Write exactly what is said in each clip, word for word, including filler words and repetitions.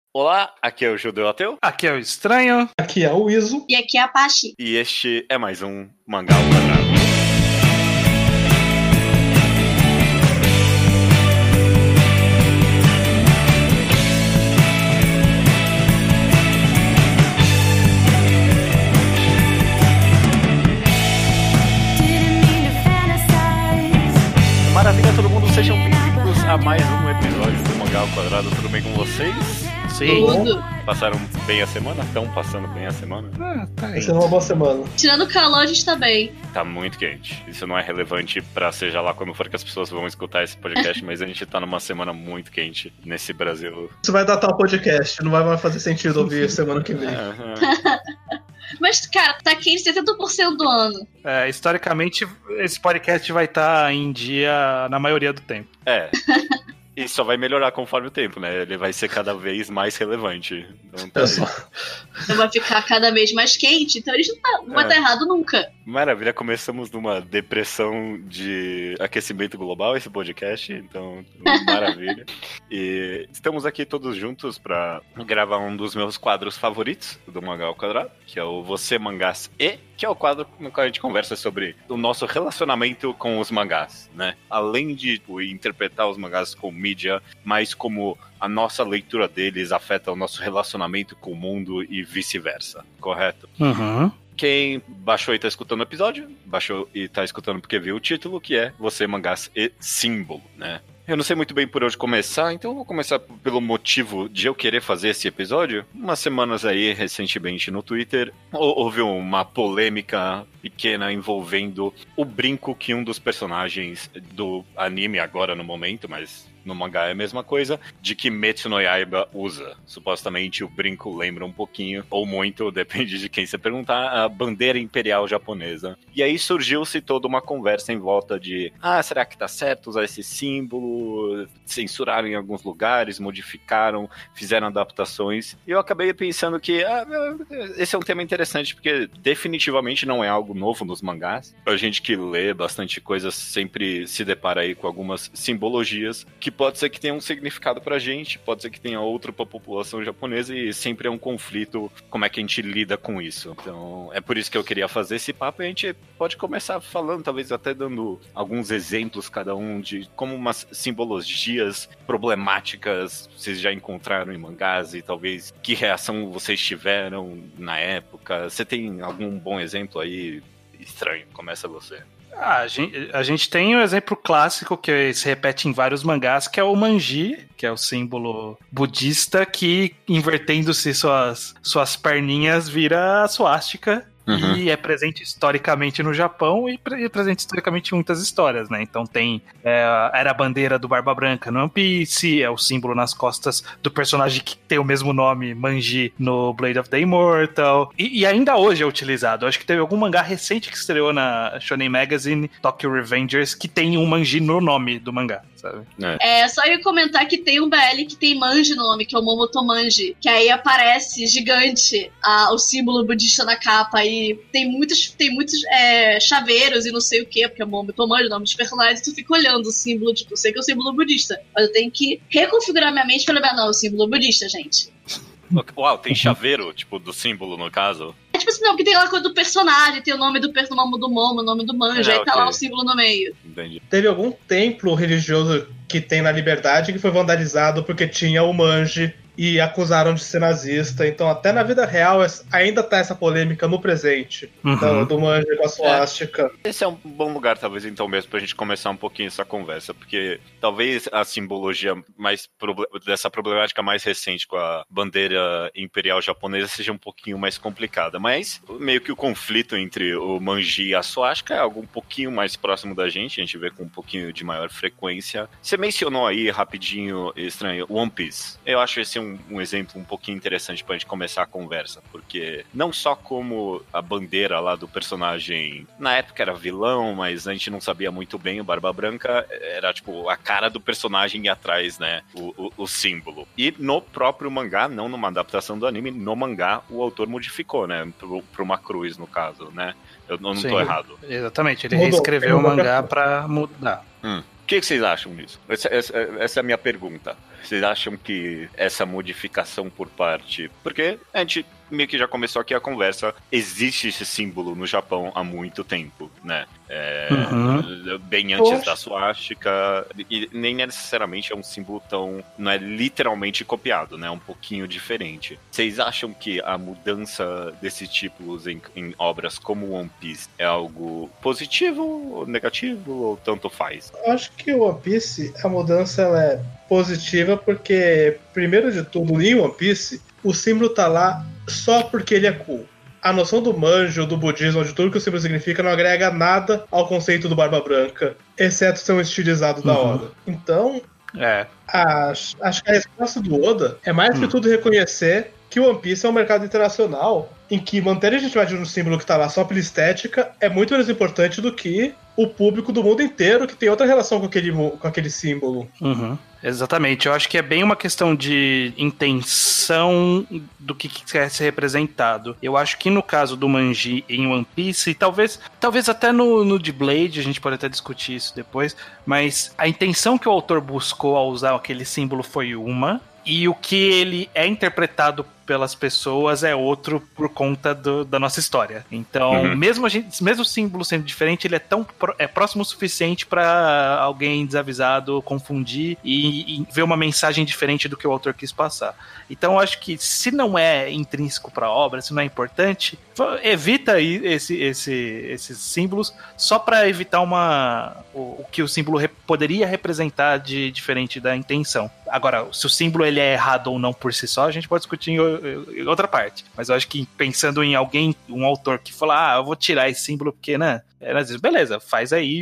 Olá, aqui é o Judeu Ateu. Aqui é o Estranho. Aqui é o Iso. E aqui é a Apache. E este é mais um Mangá ao Quadrado. Maravilha, todo mundo, sejam bem-vindos a mais um episódio do Mangá ao Quadrado. Tudo bem com vocês? Sim. Tudo. Passaram bem a semana? Estão passando bem a semana? Ah, tá aí. Vai ser uma boa semana. Tirando o calor, a gente tá bem. Tá muito quente. Isso não é relevante pra seja lá quando for que as pessoas vão escutar esse podcast, mas a gente tá numa semana muito quente nesse Brasil. Isso vai datar o podcast, não vai mais fazer sentido ouvir semana que vem. Aham. Mas, cara, tá quente setenta por cento do ano. É, historicamente, esse podcast vai estar em dia na maioria do tempo. É. E só vai melhorar conforme o tempo, né? Ele vai ser cada vez mais relevante. Então, tá É aí. só. Então vai ficar cada vez mais quente, então a gente não, tá, não vai É. estar errado nunca. Maravilha, começamos numa depressão de aquecimento global esse podcast, então maravilha. E estamos aqui todos juntos para gravar um dos meus quadros favoritos do Mangá ao Quadrado, que é o Você Mangás E, que é o quadro no qual a gente conversa sobre o nosso relacionamento com os mangás, né? Além de tipo, interpretar os mangás como mídia, mas como a nossa leitura deles afeta o nosso relacionamento com o mundo e vice-versa, correto? Uhum. Quem baixou e tá escutando o episódio, baixou e tá escutando porque viu o título, que é Você Mangás e Símbolo, né? Eu não sei muito bem por onde começar, então eu vou começar pelo motivo de eu querer fazer esse episódio. Umas semanas aí, recentemente no Twitter, houve uma polêmica pequena envolvendo o brinco que um dos personagens do anime agora no momento, mas no mangá é a mesma coisa, de Kimetsu no Yaiba usa. Supostamente o brinco lembra um pouquinho, ou muito, depende de quem você perguntar, a bandeira imperial japonesa. E aí surgiu-se toda uma conversa em volta de, ah, será que tá certo usar esse símbolo? Censuraram em alguns lugares, modificaram, fizeram adaptações. E eu acabei pensando que ah, esse é um tema interessante, porque definitivamente não é algo novo nos mangás. A gente que lê bastante coisa sempre se depara aí com algumas simbologias que pode ser que tenha um significado pra gente, pode ser que tenha outro pra população japonesa, e sempre é um conflito como é que a gente lida com isso. Então é por isso que eu queria fazer esse papo, e a gente pode começar falando, talvez até dando alguns exemplos cada um de como umas simbologias problemáticas vocês já encontraram em mangás e talvez que reação vocês tiveram na época. Você tem algum bom exemplo aí? Estranho, começa você. Ah, a, gente, a gente tem um exemplo clássico que se repete em vários mangás, que é o manji, que é o símbolo budista que, invertendo-se suas, suas perninhas, vira a suástica. Uhum. E é presente historicamente no Japão e é presente historicamente em muitas histórias, né? Então tem, é, era a bandeira do Barba Branca no One Piece, é o símbolo nas costas do personagem que tem o mesmo nome, Manji, no Blade of the Immortal. E, e ainda hoje é utilizado. Acho que teve algum mangá recente que estreou na Shonen Magazine, Tokyo Revengers, que tem um Manji no nome do mangá, sabe? É, é só eu comentar que tem um B L que tem Manji no nome, que é o Momoto Manji, que aí aparece gigante a, o símbolo budista na capa e tem muitos, tem muitos é, chaveiros e não sei o que, porque é Momoto Manji, o nome dos personagens, e tu fica olhando o símbolo, tipo, eu sei que é o símbolo budista, mas eu tenho que reconfigurar minha mente pra lembrar, não, é o símbolo budista, gente. Uau, tem chaveiro, tipo, do símbolo, no caso? É tipo assim, não, porque tem aquela coisa do personagem, tem o nome do personagem, o nome do Momo, o nome do Manji, É, aí tá ok. lá o símbolo no meio. Entendi. Teve algum templo religioso que tem na Liberdade que foi vandalizado porque tinha o Manji e acusaram de ser nazista. Então até na vida real ainda tá essa polêmica no presente. Uhum. Então, do Manji com a suástica. Esse é um bom lugar, talvez, então mesmo, pra gente começar um pouquinho essa conversa, porque talvez a simbologia mais proble- dessa problemática mais recente com a bandeira imperial japonesa seja um pouquinho mais complicada, mas meio que o conflito entre o Manji e a suástica é algo um pouquinho mais próximo da gente, a gente vê com um pouquinho de maior frequência. Você mencionou aí, rapidinho, Estranho, One Piece. Eu acho esse um, um exemplo um pouquinho interessante pra gente começar a conversa, porque não só como a bandeira lá do personagem, na época era vilão, mas a gente não sabia muito bem, o Barba Branca era tipo a cara do personagem e atrás, né, o, o, o símbolo. E no próprio mangá, não numa adaptação do anime, no mangá o autor modificou, né, pro, pro uma cruz, no caso, né. Eu, eu não Sim, tô errado. Exatamente, ele Mudou, reescreveu ele o mudou mangá pra- pra mudar. Hum. O que, que vocês acham disso? Essa, essa, essa é a minha pergunta. Vocês acham que essa modificação por parte... Porque a gente meio que já começou aqui a conversa, existe esse símbolo no Japão há muito tempo, né? É, uhum. Bem antes Poxa. da suástica, e nem necessariamente é um símbolo tão... Não é literalmente copiado, né? É um pouquinho diferente. Vocês acham que a mudança desses títulos em, em obras como One Piece é algo positivo, ou negativo, ou tanto faz? Eu acho que o One Piece, a mudança ela é positiva porque, primeiro de tudo, em One Piece, o símbolo tá lá só porque ele é cool. A noção do manjo, do budismo, de tudo que o símbolo significa não agrega nada ao conceito do Barba Branca, exceto ser um estilizado uhum. da hora. Então, é. acho, acho que a resposta do Oda é mais que hum. tudo reconhecer que o One Piece é um mercado internacional em que manter a legitimidade de um símbolo que tá lá só pela estética é muito menos importante do que o público do mundo inteiro que tem outra relação com aquele, com aquele símbolo. Uhum. Exatamente, eu acho que é bem uma questão de intenção do que quer ser representado. Eu acho que no caso do Manji em One Piece, talvez, talvez até no, no de Blade, a gente pode até discutir isso depois, mas a intenção que o autor buscou ao usar aquele símbolo foi uma, e o que ele é interpretado pelas pessoas é outro por conta do, da nossa história. Então, uhum. mesmo, a gente, mesmo o símbolo sendo diferente, ele é tão pro, é próximo o suficiente para alguém desavisado confundir e, e ver uma mensagem diferente do que o autor quis passar. Então, eu acho que se não é intrínseco para a obra, se não é importante, evita aí esse, esse, esses símbolos só para evitar uma, o, o que o símbolo rep, poderia representar de diferente da intenção. Agora, se o símbolo ele é errado ou não por si só, a gente pode discutir em em outra parte, mas eu acho que pensando em alguém, um autor que fala, ah, eu vou tirar esse símbolo porque, né, ela diz, beleza, faz aí,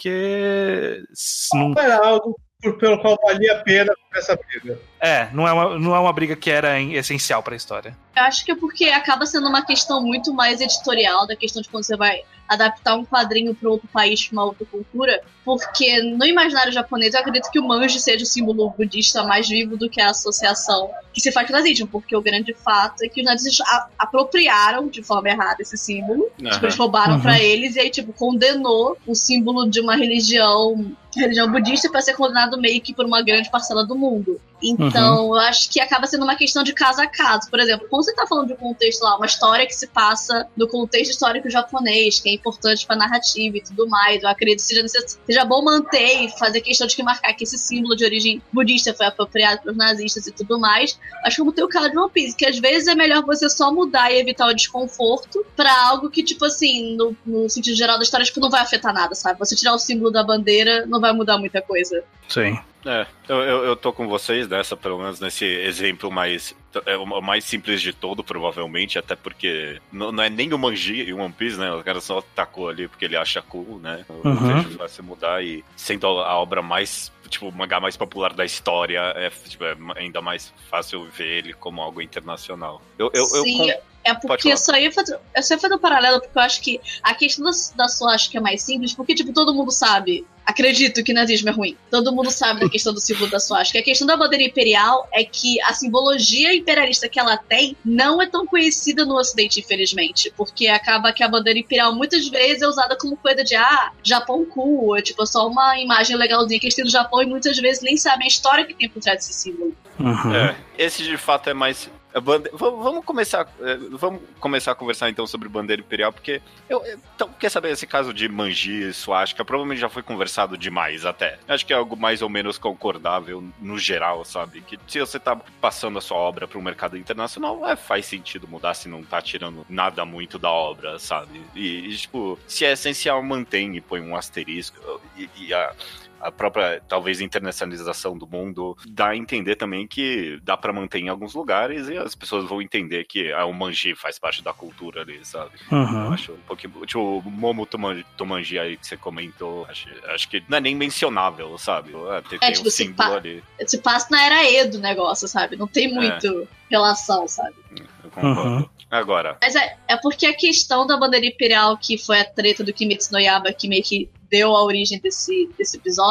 porque não era algo pelo qual valia a pena essa briga. É, não é uma, não é uma briga que era essencial pra história. Eu acho que é porque acaba sendo uma questão muito mais editorial, da questão de quando você vai adaptar um quadrinho para outro país, para uma outra cultura, porque no imaginário japonês eu acredito que o manji seja o símbolo budista mais vivo do que a associação que se faz com nazismo, porque o grande fato é que os nazistas a- apropriaram de forma errada esse símbolo, uhum. tipo, eles roubaram uhum. para eles e aí tipo condenou o símbolo de uma religião religião budista para ser condenado meio que por uma grande parcela do mundo. Então, uhum. eu acho que acaba sendo uma questão de caso a caso. Por exemplo, quando você tá falando de um contexto lá, uma história que se passa no contexto histórico japonês, que é importante pra narrativa e tudo mais, eu acredito que seja, seja bom manter e fazer questão de que marcar que esse símbolo de origem budista foi apropriado pelos nazistas e tudo mais. Acho que como tem o caso de One Piece, que às vezes é melhor você só mudar e evitar o desconforto pra algo que, tipo assim, no, no sentido geral da história, tipo, não vai afetar nada, sabe? Você tirar o símbolo da bandeira não vai mudar muita coisa. Sim. É, eu, eu, eu tô com vocês nessa, pelo menos nesse exemplo mais, é o mais simples de todo, provavelmente, até porque não, não é nem o Manji e o One Piece, né? O cara só tacou ali porque ele acha cool, né? Eu uhum. vejo fácil mudar e sendo a, a obra mais, tipo, o mangá mais popular da história, é, tipo, é ainda mais fácil ver ele como algo internacional. Eu, eu, Sim, eu, é porque eu só ia fazer, eu só ia fazer um paralelo, porque eu acho que a questão da, da sua acho que é mais simples, porque, tipo, todo mundo sabe. Acredito que nazismo é ruim. Todo mundo sabe da questão do símbolo da suástica. A questão da bandeira imperial é que a simbologia imperialista que ela tem não é tão conhecida no Ocidente, infelizmente. Porque acaba que a bandeira imperial muitas vezes é usada como coisa de, ah, Japão cool, é tipo só uma imagem legalzinha que eles têm no Japão e muitas vezes nem sabem a história que tem por trás desse símbolo. Uhum. É, esse de fato é mais... Bande... Vamos começar vamos começar a conversar então sobre bandeira imperial, porque eu, então, quer saber, esse caso de Manji e suástica provavelmente já foi conversado demais até. Acho que é algo mais ou menos concordável no geral, sabe? Que se você tá passando a sua obra para o mercado internacional, é, faz sentido mudar se não tá tirando nada muito da obra, sabe? E, e tipo, se é essencial, mantém e põe um asterisco. E, e a... a própria, talvez, internacionalização do mundo dá a entender também que dá pra manter em alguns lugares e as pessoas vão entender que ah, o Manji faz parte da cultura ali, sabe? Uhum. Eu acho um pouquinho... Tipo, o Momo Tomanji aí que você comentou, acho, acho que não é nem mencionável, sabe? Ah, tem, é, tem tipo, um se, símbolo pa ali. se passa na era E do negócio, sabe? Não tem muito é. relação, sabe? Eu concordo. Uhum. Agora... Mas é, é porque a questão da bandeira imperial, que foi a treta do Kimetsu no Yaiba, que meio que deu a origem desse, desse episódio,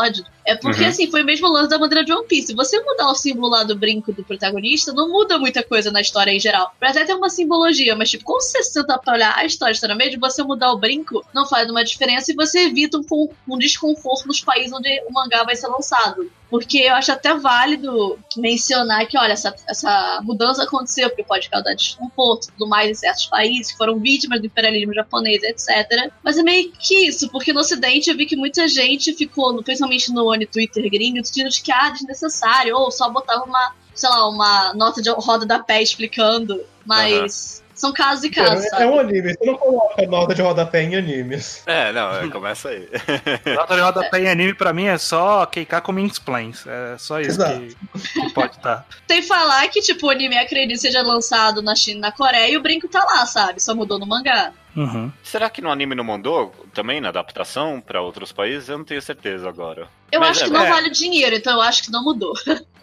É porque, Uhum. assim, foi o mesmo lance da bandeira de One Piece. Se você mudar o símbolo lá do brinco do protagonista, não muda muita coisa na história em geral. Pode até ter uma simbologia, mas, tipo, quando você senta pra olhar a história externamente, você mudar o brinco não faz uma diferença e você evita um, um desconforto nos países onde o mangá vai ser lançado. Porque eu acho até válido mencionar que, olha, essa, essa mudança aconteceu porque pode causar desconforto e tudo mais em certos países que foram vítimas do imperialismo japonês, etcétera. Mas é meio que isso, porque no Ocidente eu vi que muita gente ficou, principalmente no Oni Twitter gringo, discutindo de que, ah, desnecessário, ou só botava uma, sei lá, uma nota de roda da pé explicando, mas... Uhum. São casos e casos, é, sabe? É um anime, você não coloca nota de rodapé em animes. É, não, é, começa aí. Nota de rodapé em anime pra mim é só Keika como explains. É só isso que, que pode estar. Sem falar que, tipo, o anime, acredito, seja lançado na China e na Coreia e o brinco tá lá, sabe? Só mudou no mangá. Uhum. Será que no anime não mandou também na adaptação pra outros países? Eu não tenho certeza agora. Eu Mas acho é, que não é. vale dinheiro, então eu acho que não mudou.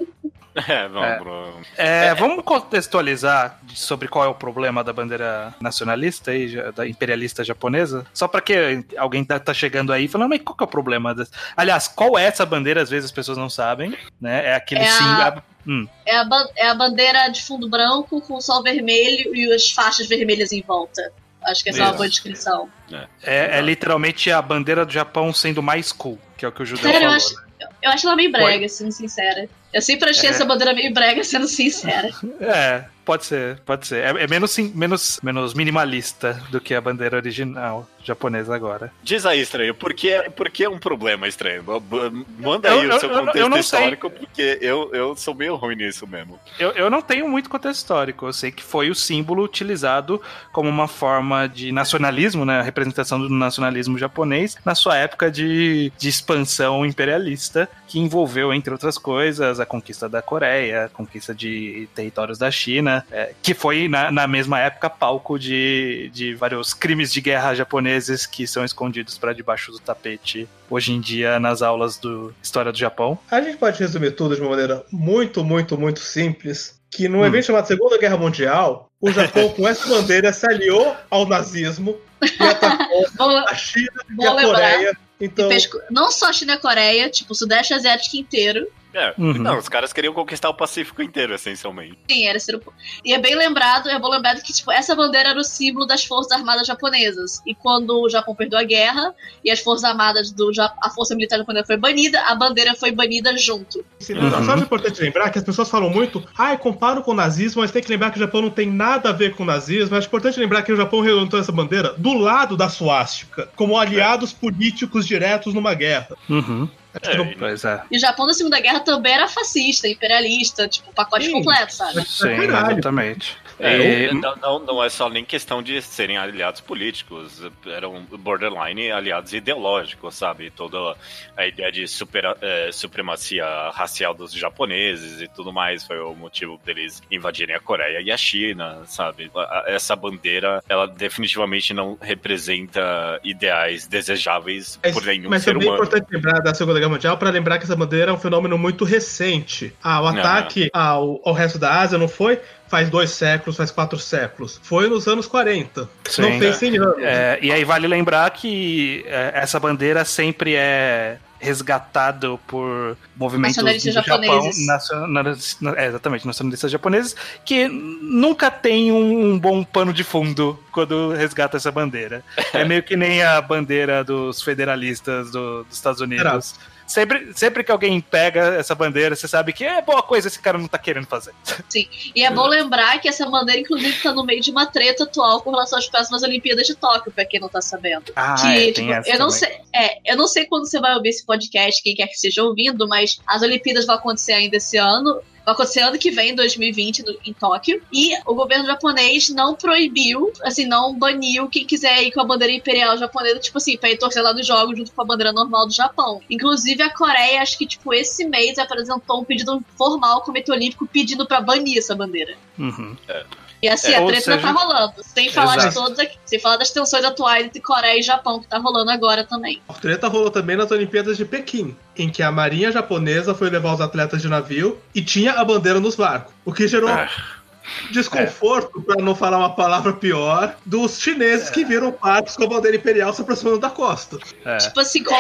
É, vamos, É. Bruno. É, É. Vamos contextualizar sobre qual é o problema da bandeira nacionalista e ja- da imperialista japonesa? Só pra que alguém tá, tá chegando aí falando, mas qual que é o problema? dessa- Aliás, qual é essa bandeira? Às vezes as pessoas não sabem, né? É aquele É a- símbolo. Hum. É a, ban- é a bandeira de fundo branco com o sol vermelho e as faixas vermelhas em volta. Acho que essa é uma Isso. boa descrição. É, é literalmente a bandeira do Japão sendo mais cool, que é o que o Judeu Sério, eu falou. acho, né? eu acho ela meio brega, Foi. sendo sincera. Eu sempre achei É. essa bandeira meio brega, sendo sincera. É, pode ser, pode ser. É, é menos, sim- menos, menos minimalista do que a bandeira original japonesa agora. Diz aí, estranho, por que, por que é um problema, estranho? B- b- Manda aí Eu- o seu eu- eu- contexto eu não sei. histórico, porque eu, eu sou meio ruim nisso mesmo. Eu, eu não tenho muito contexto histórico. Eu sei que foi o símbolo utilizado como uma forma de nacionalismo, né? A representação do nacionalismo japonês na sua época de, de expansão imperialista, que envolveu, entre outras coisas, a conquista da Coreia, a conquista de territórios da China, é, que foi, na, na mesma época, palco de, de vários crimes de guerra japoneses que são escondidos para debaixo do tapete hoje em dia nas aulas do História do Japão. A gente pode resumir tudo de uma maneira muito, muito, muito simples. Que num Hum. evento chamado Segunda Guerra Mundial, o Japão com essa bandeira se aliou ao nazismo e atacou Bom, a China e Bom a lembrar. Coreia. e Então, fez co- não só a China e a Coreia, tipo, o Sudeste Asiático inteiro. É, Uhum. não, os caras queriam conquistar o Pacífico inteiro, essencialmente. Sim, era ser o... E é bem lembrado, é bom lembrar que, tipo, essa bandeira era o símbolo das Forças Armadas Japonesas. E quando o Japão perdeu a guerra e as Forças Armadas do Ja- a Força Militar Japonesa foi banida, a bandeira foi banida junto. sim, Uhum. só é importante lembrar que as pessoas falam muito, ai, comparo com o nazismo, mas tem que lembrar que o Japão não tem nada a ver com o nazismo. É importante lembrar que o Japão levantou essa bandeira do lado da suástica, como aliados políticos diretos numa guerra. Uhum. Acho que não- É, Pois é. E o Japão da Segunda Guerra também era fascista, imperialista, tipo, pacote Sim. completo, sabe? Sim, caralho. exatamente. É, E- não, não, não é só nem questão de serem aliados políticos, eram borderline aliados ideológicos, sabe? Toda a ideia de supera, é, supremacia racial dos japoneses e tudo mais foi o motivo deles invadirem a Coreia e a China, sabe? A- a- Essa bandeira, ela definitivamente não representa ideais desejáveis Mas, por nenhum mas ser também é humano. importante lembrar da Segunda Guerra Mundial para lembrar que essa bandeira é um fenômeno muito recente. Ah, o Aham. ataque ao, ao resto da Ásia não foi faz dois séculos, faz quatro séculos. Foi nos anos quarenta. Sim. não fez cem anos. É, e aí vale lembrar que é, essa bandeira sempre é resgatado por movimentos do Nacionalistas Japão, japoneses. nacionalis- é, exatamente, nacionalistas japoneses, que nunca tem um, um bom pano de fundo quando resgata essa bandeira. É meio que nem a bandeira dos federalistas do- dos Estados Unidos. Sempre, sempre que alguém pega essa bandeira, você sabe que é boa coisa esse cara não tá querendo fazer. E é bom lembrar que essa bandeira, inclusive, tá no meio de uma treta atual com relação às próximas Olimpíadas de Tóquio, pra quem não tá sabendo. Ah, que, é, tipo, tem essa eu não também. sei, é, eu não sei quando você vai ouvir esse podcast, quem quer que esteja ouvindo, mas as Olimpíadas vão acontecer ainda esse ano. Vai acontecer ano que vem, dois mil e vinte, no- em Tóquio. E o governo japonês não proibiu, assim, não baniu quem quiser ir com a bandeira imperial japonesa, tipo assim, pra ir torcer lá nos jogos junto com a bandeira normal do Japão. Inclusive, a Coreia, acho que, tipo, esse mês apresentou um pedido formal ao Comitê Olímpico pedindo pra banir essa bandeira. Uhum. E assim, É, a ou treta ainda seja- tá rolando. Sem falar de Exato. todas aqui, sem falar das tensões atuais entre Coreia e Japão, que tá rolando agora também. A treta rolou também nas Olimpíadas de Pequim, em que a marinha japonesa foi levar os atletas de navio e tinha a bandeira nos barcos, o que gerou Ah. desconforto, pra não falar uma palavra pior, dos chineses que viram barcos com a bandeira imperial se aproximando da costa. É. Tipo assim, corre.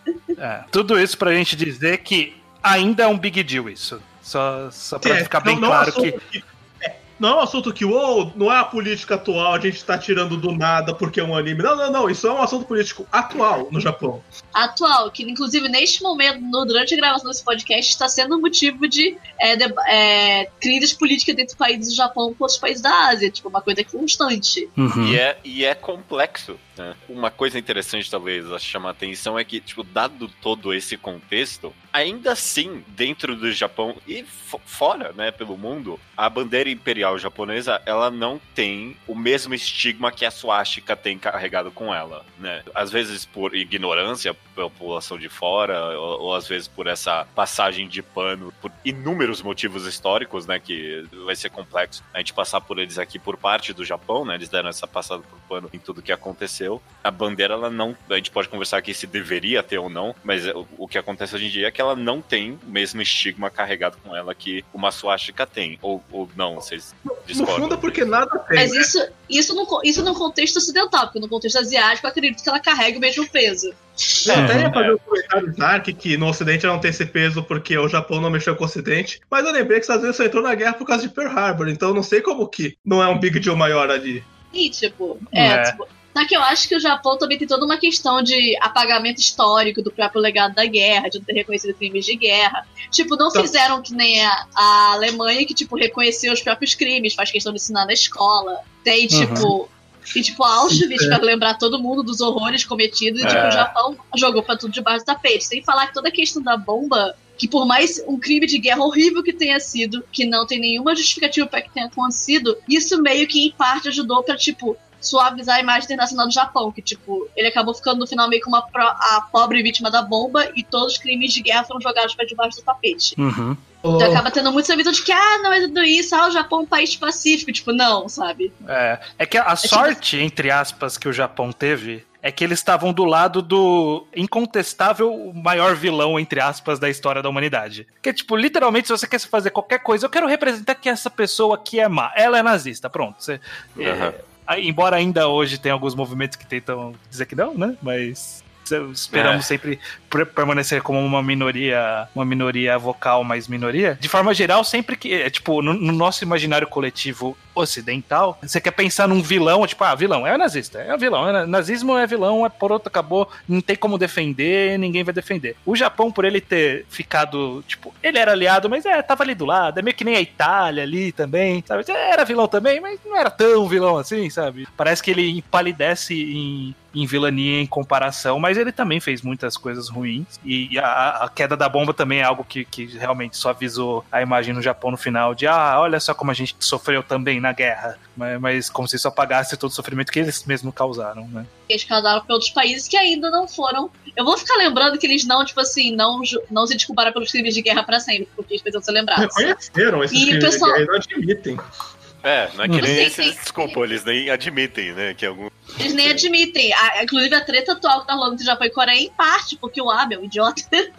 É, tudo isso pra gente dizer que ainda é um big deal isso. Só, só pra É, ficar bem não, claro não é um que... assunto que... Não é um assunto que, uou, não é a política atual, a gente tá tirando do nada porque é um anime. Não, não, não, isso é um assunto político atual no Japão. Atual, que inclusive neste momento, no, durante a gravação desse podcast, está sendo motivo de, é, de é, crises políticas dentro do país do Japão com outros países da Ásia, tipo, uma coisa constante. Uhum. E, é, e é complexo, né? Uma coisa interessante, talvez, a chamar a atenção é que, tipo, dado todo esse contexto, ainda assim, dentro do Japão e fora, né, pelo mundo, a bandeira imperial japonesa, ela não tem o mesmo estigma que a suástica tem carregado com ela, né? Às vezes por ignorância pela população de fora, ou, ou às vezes por essa passagem de pano, por inúmeros motivos históricos, né, que vai ser complexo a gente passar por eles aqui por parte do Japão, né? Eles deram essa passada por pano em tudo que aconteceu. A bandeira, ela não... A gente pode conversar aqui se deveria ter ou não, mas o, o que acontece hoje em dia é que ela não tem o mesmo estigma carregado com ela que uma suástica tem. Ou, ou não, vocês discordam? No fundo é porque nada tem. Mas né? isso, isso, no, isso no contexto ocidental, porque no contexto asiático eu acredito que ela carrega o mesmo peso. Eu até ia É. fazer um comentário Dark que no Ocidente ela não tem esse peso porque o Japão não mexeu com o Ocidente, mas eu lembrei que os Estados Unidos só entrou na guerra por causa de Pearl Harbor, então eu não sei como que não é um big deal maior ali. E, tipo, é, É. tipo, só que eu acho que o Japão também tem toda uma questão de apagamento histórico do próprio legado da guerra, de não ter reconhecido crimes de guerra. Tipo, não Tá. fizeram que nem a, a Alemanha, que, tipo, reconheceu os próprios crimes, faz questão de ensinar na escola. Tem, tipo... E, tipo, Auschwitz, Sim, é. pra lembrar todo mundo dos horrores cometidos, e, tipo, É. o Japão jogou pra tudo debaixo do tapete. Sem falar que toda a questão da bomba, que por mais um crime de guerra horrível que tenha sido, que não tem nenhuma justificativa pra que tenha acontecido, isso meio que, em parte, ajudou pra, tipo, suavizar a imagem internacional do Japão, que, tipo, ele acabou ficando no final meio como a, pro- a pobre vítima da bomba, e todos os crimes de guerra foram jogados pra debaixo do tapete. Uhum. Então acaba tendo muito essa visão de que, ah, não é tudo isso, ah, o Japão é um país pacífico. Tipo, não, sabe? É, é que a sorte, entre aspas, que o Japão teve é que eles estavam do lado do incontestável maior vilão, entre aspas, da história da humanidade. Que, tipo, literalmente, se você quer fazer qualquer coisa, eu quero representar que essa pessoa aqui é má. Ela é nazista, pronto. Você, Uhum. é, aí, embora ainda hoje tenha alguns movimentos que tentam dizer que não, né? Mas esperamos É. sempre per- permanecer como uma minoria, uma minoria vocal, mas minoria. De forma geral, sempre que, é, tipo, no, no nosso imaginário coletivo ocidental, você quer pensar num vilão, tipo, ah, vilão, é nazista, é vilão, é, nazismo é vilão, é pronto, acabou, não tem como defender, ninguém vai defender. O Japão, por ele ter ficado, tipo, ele era aliado, mas é, tava ali do lado, é meio que nem a Itália ali também, sabe? Era vilão também, mas não era tão vilão assim, sabe? Parece que ele empalidece em em vilania em comparação, mas ele também fez muitas coisas ruins, e a, a queda da bomba também é algo que, que realmente suavizou a imagem no Japão no final, de, ah, olha só como a gente sofreu também na guerra, mas, mas como se isso apagasse todo o sofrimento que eles mesmos causaram, né? Eles causaram para outros países que ainda não foram. Eu vou ficar lembrando que eles não, tipo assim, não, ju- não se desculparam pelos crimes de guerra pra sempre, porque eles precisam ser lembrados. Reconheceram esses E o crimes pessoal- de guerra e não admitem. É, não é que nem Sim, esses, sim. desculpa, eles nem admitem, né, que algum... Eles nem admitem. A- inclusive, a treta atual que tá rolando entre Japão e Coreia, em parte, porque o Abe é um idiota.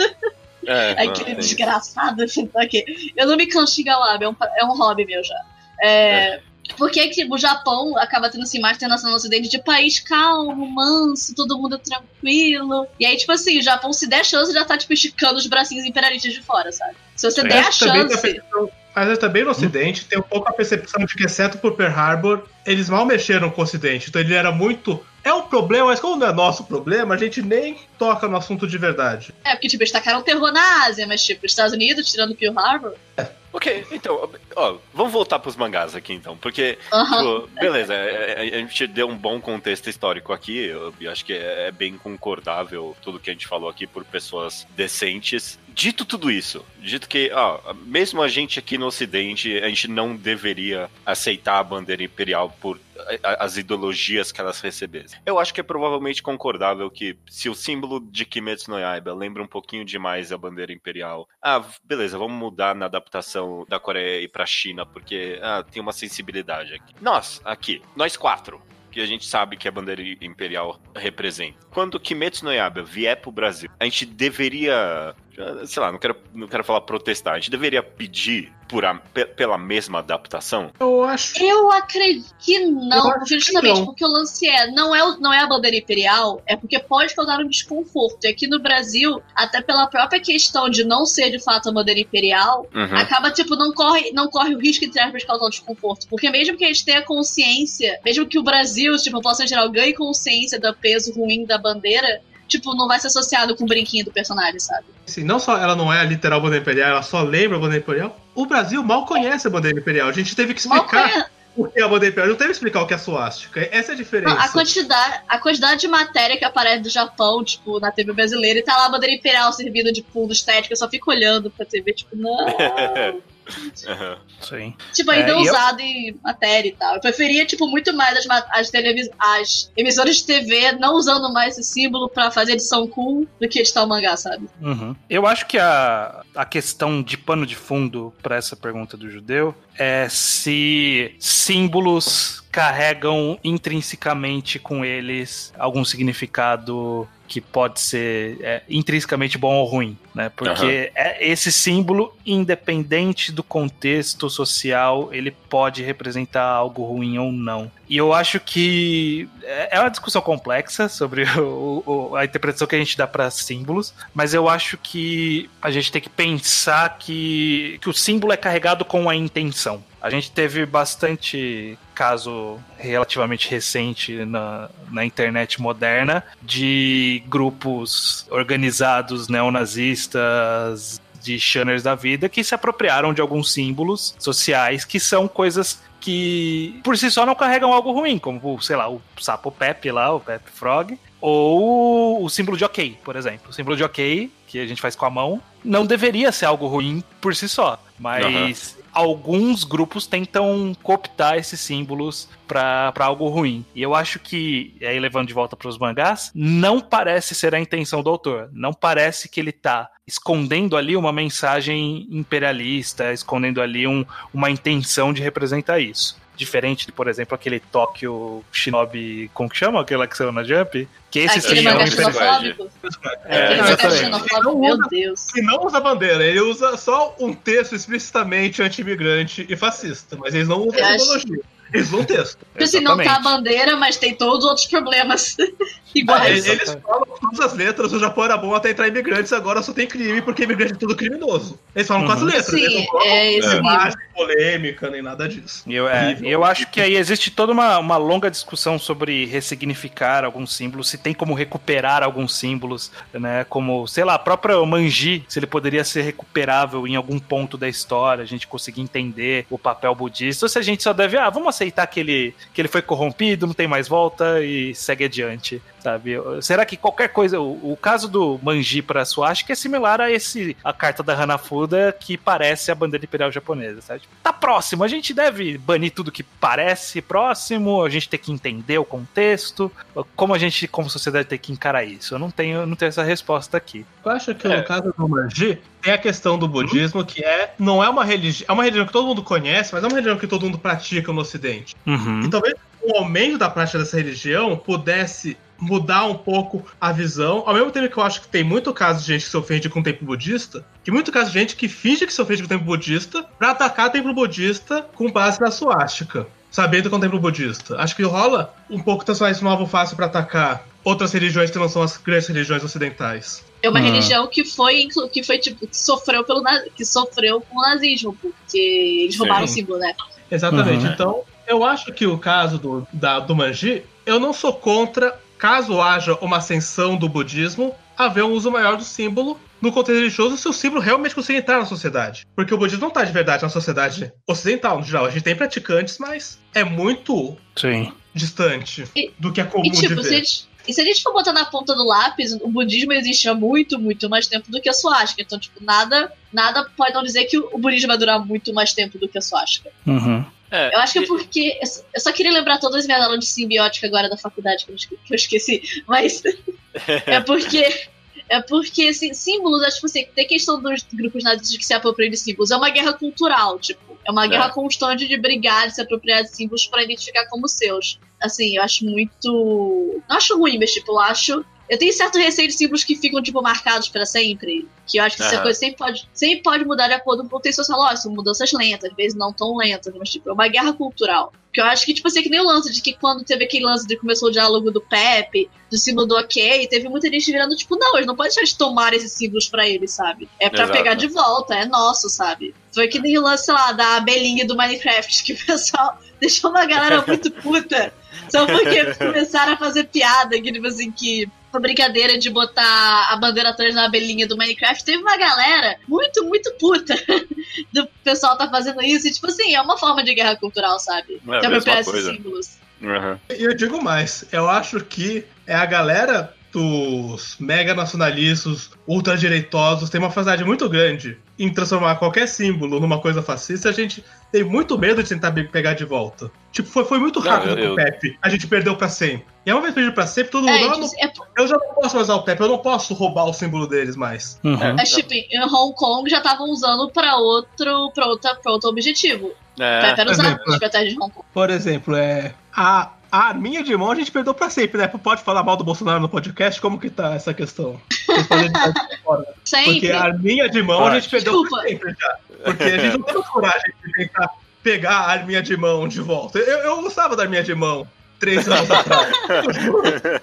É, Aquele não, tem isso. desgraçado. Assim, ok. Eu não me canso de xingar o Abe, é um, é um hobby meu já. É, Por que que o Japão acaba tendo assim, mais internacional no ocidente de país calmo, manso, todo mundo tranquilo? E aí, tipo assim, o Japão, se der chance, já tá, tipo, esticando os bracinhos imperialistas de fora, sabe? Se você Sim. der a Mas também tem a chance... percepção- Mas também no Ocidente tem um pouco a percepção de que, exceto por Pearl Harbor, eles mal mexeram com o Ocidente. Então ele era muito... É um problema, mas como não é nosso problema, a gente nem toca no assunto de verdade. É, porque, tipo, eles tacaram terror na Ásia, mas, tipo, os Estados Unidos, tirando Pearl Harbor... Ok, então, ó, vamos voltar pros mangás aqui então, porque, Aham. tipo, beleza, é- é- a gente deu um bom contexto histórico aqui, eu eu acho que é é bem concordável tudo que a gente falou aqui por pessoas decentes. Dito tudo isso, dito que, ó, mesmo a gente aqui no Ocidente, a gente não deveria aceitar a bandeira imperial por a- a- as ideologias que elas recebessem. Eu acho que é provavelmente concordável que se o símbolo de Kimetsu no Yaiba lembra um pouquinho demais a bandeira imperial, ah, beleza, vamos mudar na adaptação da Coreia e pra China, porque ah, tem uma sensibilidade aqui. Nós, aqui, nós quatro, que a gente sabe que a bandeira imperial representa. Quando Kimetsu no Yaiba vier pro Brasil, a gente deveria sei lá, não quero, não quero falar protestar, a gente deveria pedir por a, pe, pela mesma adaptação? Eu acho... Eu acredito que não, Eu porque justamente não. porque o lance é, não é, o- não é a bandeira imperial, é porque pode causar um desconforto. E aqui no Brasil, até pela própria questão de não ser de fato a bandeira imperial, Uhum. acaba, tipo, não corre, não corre o risco, entre aspas, de causar um desconforto. Porque mesmo que a gente tenha consciência, mesmo que o Brasil, tipo, a população em geral ganhe consciência do peso ruim da bandeira, tipo, não vai ser associado com o brinquinho do personagem, sabe? Assim, não só ela não é a literal bandeira imperial, ela só lembra a bandeira imperial. O Brasil mal conhece a bandeira imperial. A gente teve que Mal explicar conhe- o que é a bandeira imperial. Não teve que explicar o que é a suástica. Essa é a diferença. Não, a quantidade, a quantidade de matéria que aparece do Japão, tipo, na T V brasileira, e tá lá a bandeira imperial servindo de fundo estético, eu só fico olhando pra T V, tipo, não. Uhum. Sim. Tipo, ainda É, e eu- usado em matéria e tal. Eu preferia, tipo, muito mais as, ma- as, televis... as emissoras de T V não usando mais esse símbolo pra fazer edição cool do que editar o mangá, sabe? Uhum. Eu acho que a, a questão de pano de fundo para essa pergunta do judeu é se símbolos carregam intrinsecamente com eles algum significado que pode ser é, intrinsecamente bom ou ruim, né? Porque é, esse símbolo, independente do contexto social, ele pode representar algo ruim ou não. E eu acho que é é uma discussão complexa sobre o, o, a interpretação que a gente dá para símbolos, mas eu acho que a gente tem que pensar que, que o símbolo é carregado com a intenção. A gente teve bastante caso relativamente recente na, na internet moderna de grupos organizados neonazistas, de shunners da vida, que se apropriaram de alguns símbolos sociais que são coisas que por si só não carregam algo ruim, como, sei lá, o sapo Pepe lá, o Pepe Frog, ou o símbolo de ok, por exemplo. O símbolo de ok, que a gente faz com a mão, não deveria ser algo ruim por si só, mas... Uhum. Alguns grupos tentam cooptar esses símbolos pra, pra algo ruim. E eu acho que, aí levando de volta pros mangás, não parece ser a intenção do autor. Não parece que ele tá escondendo ali uma mensagem imperialista, escondendo ali um, uma intenção de representar isso. Diferente de, por exemplo, aquele Tóquio Shinobi, como que chama? Aquela que saiu na Jump? Que esse Aquele sim é um mangá imperialista. xenofóbico? É, Aquele mangá exatamente. xenofóbico, meu Deus. E não usa bandeira, ele usa só um texto explicitamente anti-imigrante e fascista, mas eles não usam Eu acho- simbologia. Eles usam texto. Tipo assim, não tá a Exatamente. bandeira, mas tem todos os outros problemas Ah, iguais. eles, eles falam com todas as letras, o Japão era bom até entrar imigrantes, agora só tem crime, porque imigrante é tudo criminoso. Eles falam com as Uhum. letras, Sim, eles não falam é esse nível. imagem, polêmica, nem nada disso. E eu, é, Horrível. e eu acho que aí existe toda uma, uma longa discussão sobre ressignificar alguns símbolos, se tem como recuperar alguns símbolos, né? Como, sei lá, a própria Manji, se ele poderia ser recuperável em algum ponto da história, a gente conseguir entender o papel budista, ou se a gente só deve, ah, vamos aceitar que ele, que ele foi corrompido, não tem mais volta e segue adiante, sabe? Será que qualquer coisa, o, o caso do Manji para Swastika é similar a esse, a carta da Hanafuda, que parece a bandeira imperial japonesa, sabe? Tipo, tá próximo, a gente deve banir tudo que parece próximo, a gente tem que entender o contexto, como a gente, como sociedade, tem que encarar isso. Eu não tenho, eu não tenho essa resposta aqui. Eu acho que É. no caso do Manji, tem a questão do budismo, que é, não é uma religião, é uma religião que todo mundo conhece, mas é uma religião que todo mundo pratica no ocidente. Uhum. E talvez o aumento da prática dessa religião pudesse mudar um pouco a visão, ao mesmo tempo que eu acho que tem muito caso de gente que se ofende com o templo budista, que muito caso de gente que finge que se ofende com o templo budista pra atacar o templo budista com base na suástica, sabendo que é um templo budista. Acho que rola um pouco transformar isso num alvo fácil pra atacar outras religiões que não são as grandes religiões ocidentais. É uma Hum. religião que foi, inclu- que foi tipo, que sofreu pelo na- que sofreu com o nazismo, porque eles roubaram o Sim. símbolo, né? Exatamente. Uhum. Então, eu acho que o caso do, da, do Manji, eu não sou contra, caso haja uma ascensão do budismo, haver um uso maior do símbolo no contexto religioso, se o símbolo realmente conseguir entrar na sociedade. Porque o budismo não está de verdade na sociedade ocidental, no geral. A gente tem praticantes, mas é muito Sim. distante E- do que é comum E tipo, de se a, ver. gente, e se a gente for botar na ponta do lápis, o budismo existe há muito, muito mais tempo do que a suástica. Então, tipo, nada, nada pode não dizer que o budismo vai durar muito mais tempo do que a suástica. Uhum. É, Eu acho que é e- porque. Eu só- eu só queria lembrar todas as minhas aulas de simbiótica agora da faculdade, que eu, esque- que eu esqueci. Mas é porque. É porque, assim, símbolos, acho que assim, tem questão dos grupos nazistas que se apropriam de símbolos. É uma guerra cultural, tipo. É uma guerra É. constante de brigar, de se apropriar de símbolos pra identificar como seus. Assim, eu acho muito. Não acho ruim, mas, tipo, eu acho Eu tenho certo receio de símbolos que ficam, tipo, marcados pra sempre. Que eu acho que essa Aham. coisa sempre pode, sempre pode mudar de acordo com o contexto social. Lógico, são mudanças lentas, às vezes não tão lentas, mas, tipo, é uma guerra cultural. Que eu acho que, tipo assim, é que nem o lance de que quando teve aquele lance de começou o diálogo do Pepe, do símbolo do ok, teve muita gente virando, tipo, não, eles não podem deixar de tomar esses símbolos pra eles, sabe? É pra Exato. pegar de volta, é nosso, sabe? Foi que nem o lance, sei lá, da abelhinha do Minecraft, que o pessoal deixou uma galera muito puta. Só porque começaram a fazer piada, que, tipo assim, que a brincadeira de botar a bandeira atrás da abelhinha do Minecraft, teve uma galera muito, muito puta do pessoal tá fazendo isso. E, tipo assim, é uma forma de guerra cultural, sabe? É a De mesma apropriar esses coisa. símbolos. Uhum. E eu digo mais, eu acho que é a galera dos mega nacionalistas, ultradireitosos, tem uma facilidade muito grande em transformar qualquer símbolo numa coisa fascista. A gente tem muito medo de tentar pegar de volta. Tipo, foi, foi muito rápido Não, eu- com o Pepe. A gente perdeu pra sempre. E uma vez perdido pra sempre, todo mundo... É, "Ah, tipo, não, é, eu já não posso mais usar o Pepe, eu não posso roubar o símbolo deles mais." Uhum. é, tipo, em Hong Kong já estavam usando pra outro, pra, outra, pra outro objetivo. É. Pepe era usado exemplo, na estratégia de Hong Kong. Por exemplo, é... A, a arminha de mão a gente perdeu pra sempre, né? Pode falar mal do Bolsonaro no podcast? Como que tá essa questão? Vocês podem deixar de fora. Sempre. Porque a arminha de mão a Pode. gente perdeu Desculpa. pra sempre já. Porque a gente não teve coragem de tentar pegar a arminha de mão de volta. Eu, eu gostava da arminha de mão três anos atrás. Eu juro.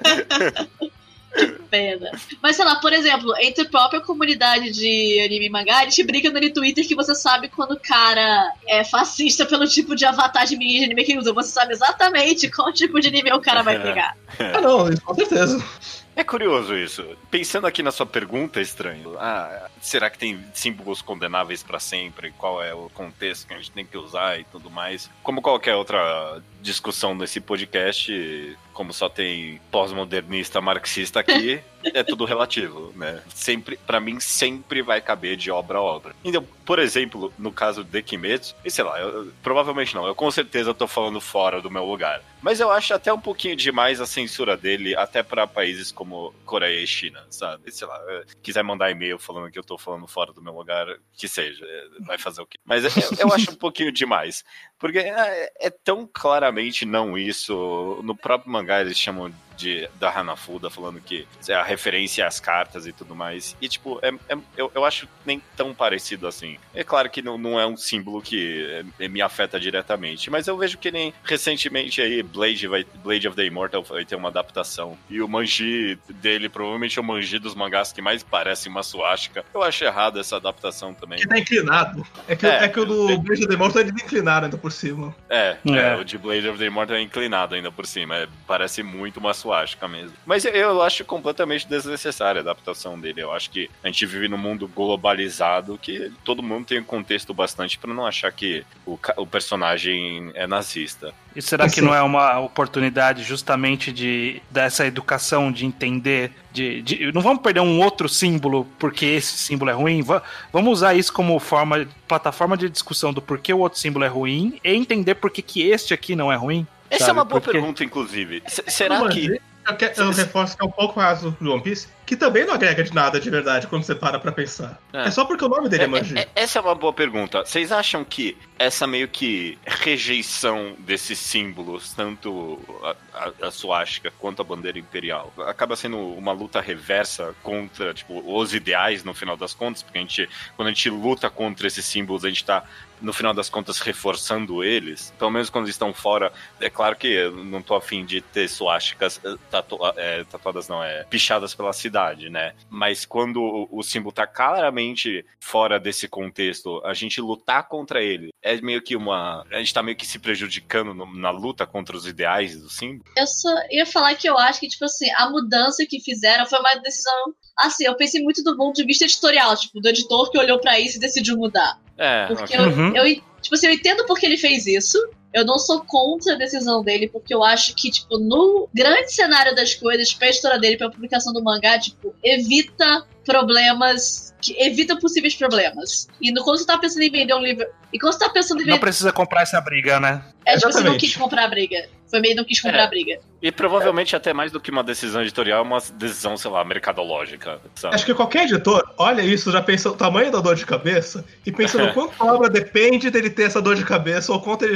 Pena. Mas sei lá, por exemplo, entre a própria comunidade de anime e mangá, a gente brinca no Twitter que você sabe quando o cara é fascista pelo tipo de avatar de mini de anime que ele usa. Você sabe exatamente qual tipo de anime o cara vai pegar. Ah, não, isso com certeza. É curioso isso. Pensando aqui na sua pergunta, estranho. Ah, será que tem símbolos condenáveis pra sempre? Qual é o contexto que a gente tem que usar e tudo mais? Como qualquer outra discussão nesse podcast, como só tem pós-modernista marxista aqui, é tudo relativo, né? Sempre, pra mim, sempre vai caber de obra a obra. Então, por exemplo, no caso de Kimetsu, e sei lá, eu, provavelmente não, eu com certeza tô falando fora do meu lugar. Mas eu acho até um pouquinho demais a censura dele, até pra países como Coreia e China, sabe? E sei lá, quiser mandar e-mail falando que eu tô falando fora do meu lugar, que seja, vai fazer o quê? Mas eu, eu acho um pouquinho demais. Porque é, é tão claramente não isso. No próprio mangá eles chamam de, da Hanafuda, falando que é a referência às cartas e tudo mais. E, tipo, é, é, eu, eu acho nem tão parecido assim. É claro que não, não é um símbolo que é, me afeta diretamente, mas eu vejo que nem recentemente aí Blade, vai, Blade of the Immortal vai ter uma adaptação. E o manji dele provavelmente é o manji dos mangás que mais parece uma suástica. Eu acho errado essa adaptação também. Que tá inclinado. É que, É. é que o do Blade of the Immortal eles inclinaram ainda por cima. É, É. é, o de Blade of the Immortal é inclinado ainda por cima, é, parece muito uma suástica mesmo. Mas eu, eu acho completamente desnecessária a adaptação dele, eu acho que a gente vive num mundo globalizado que todo mundo tem um contexto bastante pra não achar que o, ca- o personagem é nazista. E será que Assim. não é uma oportunidade justamente de dessa educação, de entender, de, de- não vamos perder um outro símbolo porque esse símbolo é ruim, Va- vamos usar isso como forma, plataforma de discussão do porquê o outro símbolo é ruim e entender por que que este aqui não é ruim? Essa sabe? é uma boa Porque- pergunta, inclusive. S- será Mas, que... Eu, que- eu reforço que é um pouco raso do One Piece, que também não agrega de nada de verdade quando você para pra pensar. É. É, só porque o nome dele é, É, Manji. é, essa é uma boa pergunta. Vocês acham que essa meio que rejeição desses símbolos, tanto a, a, a suástica quanto a bandeira imperial, acaba sendo uma luta reversa contra, tipo, os ideais no final das contas? Porque a gente, quando a gente luta contra esses símbolos, a gente tá, no final das contas, reforçando eles. Pelo menos quando eles estão fora. É claro que eu não tô afim de ter suásticas eh, tatua, é, tatuadas, não, é pichadas pela cidade, né? Mas quando o, o símbolo tá claramente fora desse contexto, a gente lutar contra ele é meio que uma... A gente tá meio que se prejudicando no, na luta contra os ideais do símbolo. Eu só ia falar que eu acho que, tipo assim, a mudança que fizeram foi uma decisão. Assim, eu pensei muito do ponto de vista editorial, tipo, do editor que olhou pra isso e decidiu mudar. É, Porque ok. eu, Uhum. eu, tipo assim, eu entendo porque ele fez isso. Eu não sou contra a decisão dele, porque eu acho que, tipo, no grande cenário das coisas, pra história dele, pra publicação do mangá, tipo, evita problemas, que evita possíveis problemas. E no, quando você tá pensando em vender um livro... E quando você tá pensando em Não vender... precisa comprar essa briga, né? É, tipo, você não Exatamente. quis comprar a briga. Foi meio não quis comprar É. a briga. E provavelmente até mais do que uma decisão editorial, é uma decisão, sei lá, mercadológica, sabe? Acho que qualquer editor olha isso, já pensa o tamanho da dor de cabeça e pensa no quanto a obra depende dele ter essa dor de cabeça ou quanto eles. Vamos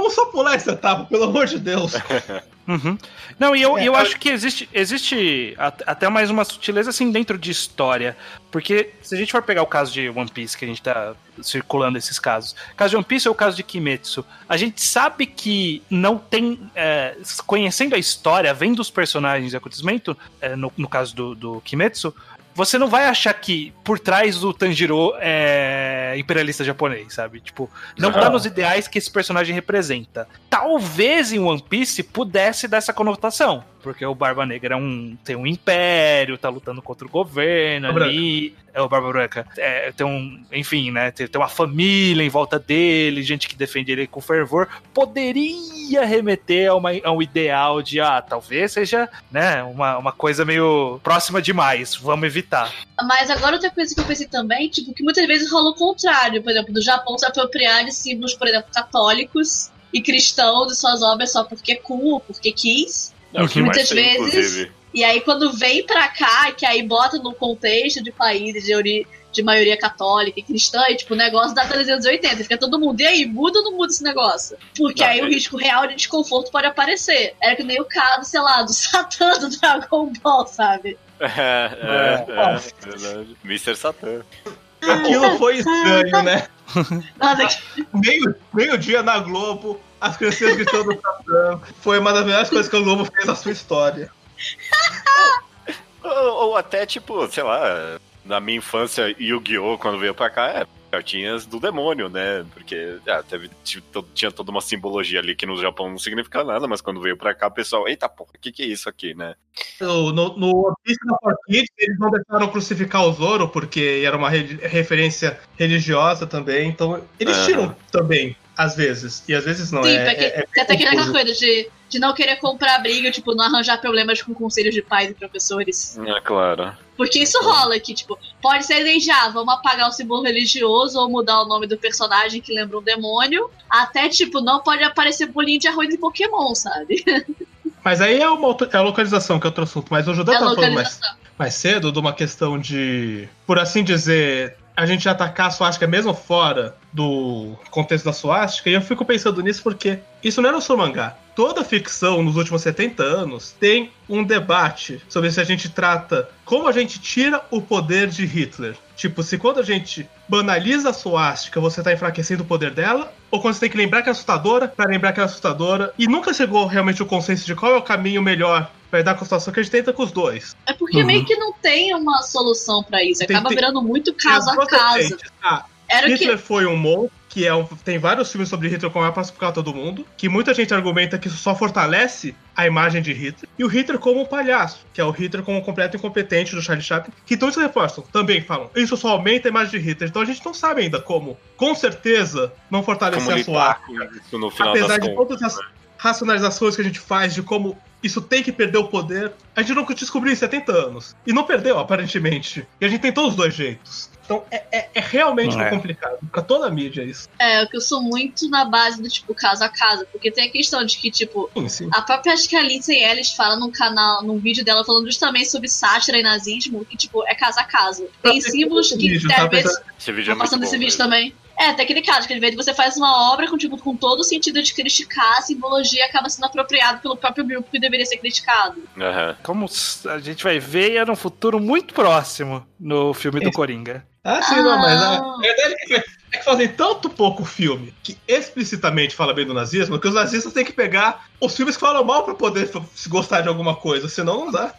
vamos só pular essa etapa, pelo amor de Deus. Uhum. Não, e eu, É, eu a- acho que existe, existe at- até mais uma sutileza assim dentro de história. Porque se a gente for pegar o caso de One Piece, que a gente tá circulando esses casos, o caso de One Piece ou o caso de Kimetsu, a gente sabe que não tem. É, conhecendo a história, vendo os personagens e acontecimento, é, no, no caso do, do Kimetsu, você não vai achar que por trás do Tanjiro é imperialista japonês, sabe? Tipo, não tá Não. nos ideais que esse personagem representa. Talvez em One Piece pudesse dar essa conotação, porque o Barba Negra é um, tem um império, tá lutando contra o governo Barba ali. É o Barba Branca. É, tem um, enfim, né? Tem, tem uma família em volta dele, gente que defende ele com fervor. Poderia remeter a, uma, a um ideal de, ah, talvez seja, né, uma, uma coisa meio próxima demais. Vamos evitar. Mas agora outra coisa que eu pensei também, tipo, que muitas vezes rola o contrário. Por exemplo, do Japão se apropriar de símbolos, por exemplo, católicos e cristãos de suas obras só porque é cool, porque quis. É o que mais Muitas tem, vezes. inclusive. E aí quando vem pra cá, que aí bota no contexto de países de, ori... de maioria católica e cristã, e tipo, o negócio dá trezentos e oitenta. Fica todo mundo, e aí, muda ou não muda esse negócio? Porque Não, aí é- o risco real de desconforto pode aparecer. Era que nem o caso, sei lá, do Satã do Dragon Ball, sabe? É, é, é, Nossa. verdade. mister Satan. Aquilo foi estranho, né? Nada que... Meio, meio dia na Globo, as crianças gritando Satã. Foi uma das melhores coisas que a Globo fez na sua história. Ou, ou até, tipo, sei lá, na minha infância, Yu-Gi-Oh! Quando veio pra cá, é cartinhas do demônio, né? Porque ah, teve, tinha toda uma simbologia ali que no Japão não significa nada, mas quando veio pra cá, o pessoal, eita porra, o que, que é isso aqui, né? No, no, no One Piece da four Kids, eles não deixaram crucificar o Zoro, porque era uma re- referência religiosa também, então eles Aham. tiram também, às vezes, e às vezes não. Sim, é, porque é, é tem até aquela confuso. coisa de, de não querer comprar briga, tipo, não arranjar problemas com conselhos de pais e professores. É claro. Porque isso rola aqui, tipo, pode ser desde, ah, vamos apagar o símbolo religioso ou mudar o nome do personagem que lembra um demônio, até, tipo, não pode aparecer bolinho de arroz em Pokémon, sabe? Mas aí é, uma, outra- é a localização, que é outro assunto. Mas o Judá É a tava falando mais, localização. mais cedo de uma questão de, por assim dizer, a gente atacar a suástica mesmo fora do contexto da suástica, e eu fico pensando nisso porque isso não é no seu mangá. Toda ficção nos últimos setenta anos tem um debate sobre se a gente trata como a gente tira o poder de Hitler. Tipo, se quando a gente banaliza a suástica, você tá enfraquecendo o poder dela, ou quando você tem que lembrar que é assustadora, pra lembrar que é assustadora, e nunca chegou realmente o consenso de qual é o caminho melhor pra lidar com a situação, que a gente tenta com os dois. É porque Uhum. meio que não tem uma solução pra isso. Tem- Acaba tem- virando muito caso As a duas caso. vertentes. Ah, Era o Hitler que. foi um monstro, que é um, tem vários filmes sobre Hitler como é pra explicar todo mundo, que muita gente argumenta que isso só fortalece a imagem de Hitler, e o Hitler como um palhaço, que é o Hitler como um completo incompetente do Charlie Chaplin, que todos reforçam, também falam, isso só aumenta a imagem de Hitler, então a gente não sabe ainda como, com certeza, não Como fortalecer a lidar sua com isso no final apesar das de contas. todas as racionalizações que a gente faz de como isso tem que perder o poder, a gente nunca descobriu em setenta anos. E não perdeu, aparentemente. E a gente tentou os dois jeitos. Então é, é- é realmente É. complicado. Pra toda a mídia isso. É, que eu sou muito na base do, tipo, caso a caso. Porque tem a questão de que, tipo, Sim, sim. a própria, acho que a Lindsay Ellis fala num canal, num vídeo dela falando justamente sobre sátira e nazismo, que, tipo, é caso a caso. Tem Tá símbolos esse que, vídeo, às tá vezes, pensando- Esse vídeo é tô muito passando bom. esse vídeo mesmo. também. É, tem aquele caso, que às vezes você faz uma obra com, tipo, com todo o sentido de criticar, a simbologia acaba sendo apropriado pelo próprio grupo que deveria ser criticado. Aham. Como a gente vai ver, é num futuro muito próximo no filme do Isso. Coringa. Ah, sim, não, mas a Ah. verdade é que, é que fazem tanto pouco filme que explicitamente fala bem do nazismo que os nazistas têm que pegar os filmes que falam mal pra poder f- se gostar de alguma coisa, senão não dá.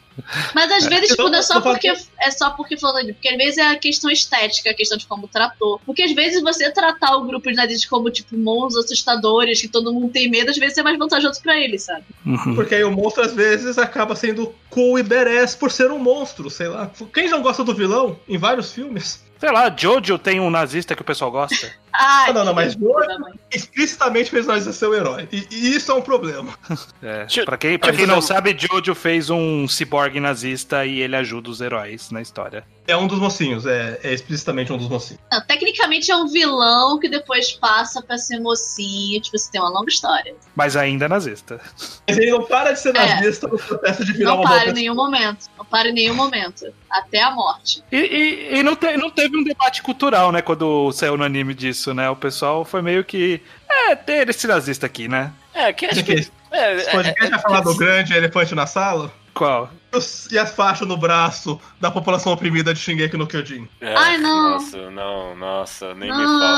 Mas às vezes, tipo, Então, não é só não faz- porque é só porque falando, porque às vezes é a questão estética, a questão de como tratou. Porque às vezes você tratar o grupo de nazistas como, tipo, monstros assustadores, que todo mundo tem medo, às vezes é mais vantajoso pra eles, sabe? Uhum. Porque aí o monstro às vezes acaba sendo cool e badass por ser um monstro, sei lá. Quem não gosta do vilão em vários filmes? Sei lá, Jojo tem um nazista que o pessoal gosta. Ai, Ah, não, não, mas que filho hoje- da mãe. Explicitamente fez nós ser o herói. E, e isso é um problema. É, Tio- pra quem, pra Mas quem não eu- sabe, Jojo fez um ciborgue nazista e ele ajuda os heróis na história. É um dos mocinhos, é, é explicitamente um dos mocinhos. Não, tecnicamente é um vilão que depois passa pra ser mocinho, tipo, você tem uma longa história. Mas ainda é nazista. Mas ele não para de ser É. nazista no processo de virar Não uma boa para em pessoa. nenhum momento. Não para em nenhum momento. Até a morte. E, e- e não, te- não teve um debate cultural, né, quando saiu no anime disso, né? O pessoal foi meio que. É, tem esse nazista aqui, né? É, que acho que... Esse É, podcast é, vai falar do grande elefante na sala? Qual? E as faixas no braço da população oprimida de Shingeki no Kyojin. é, Ai, não. Nossa, não, nossa, nem me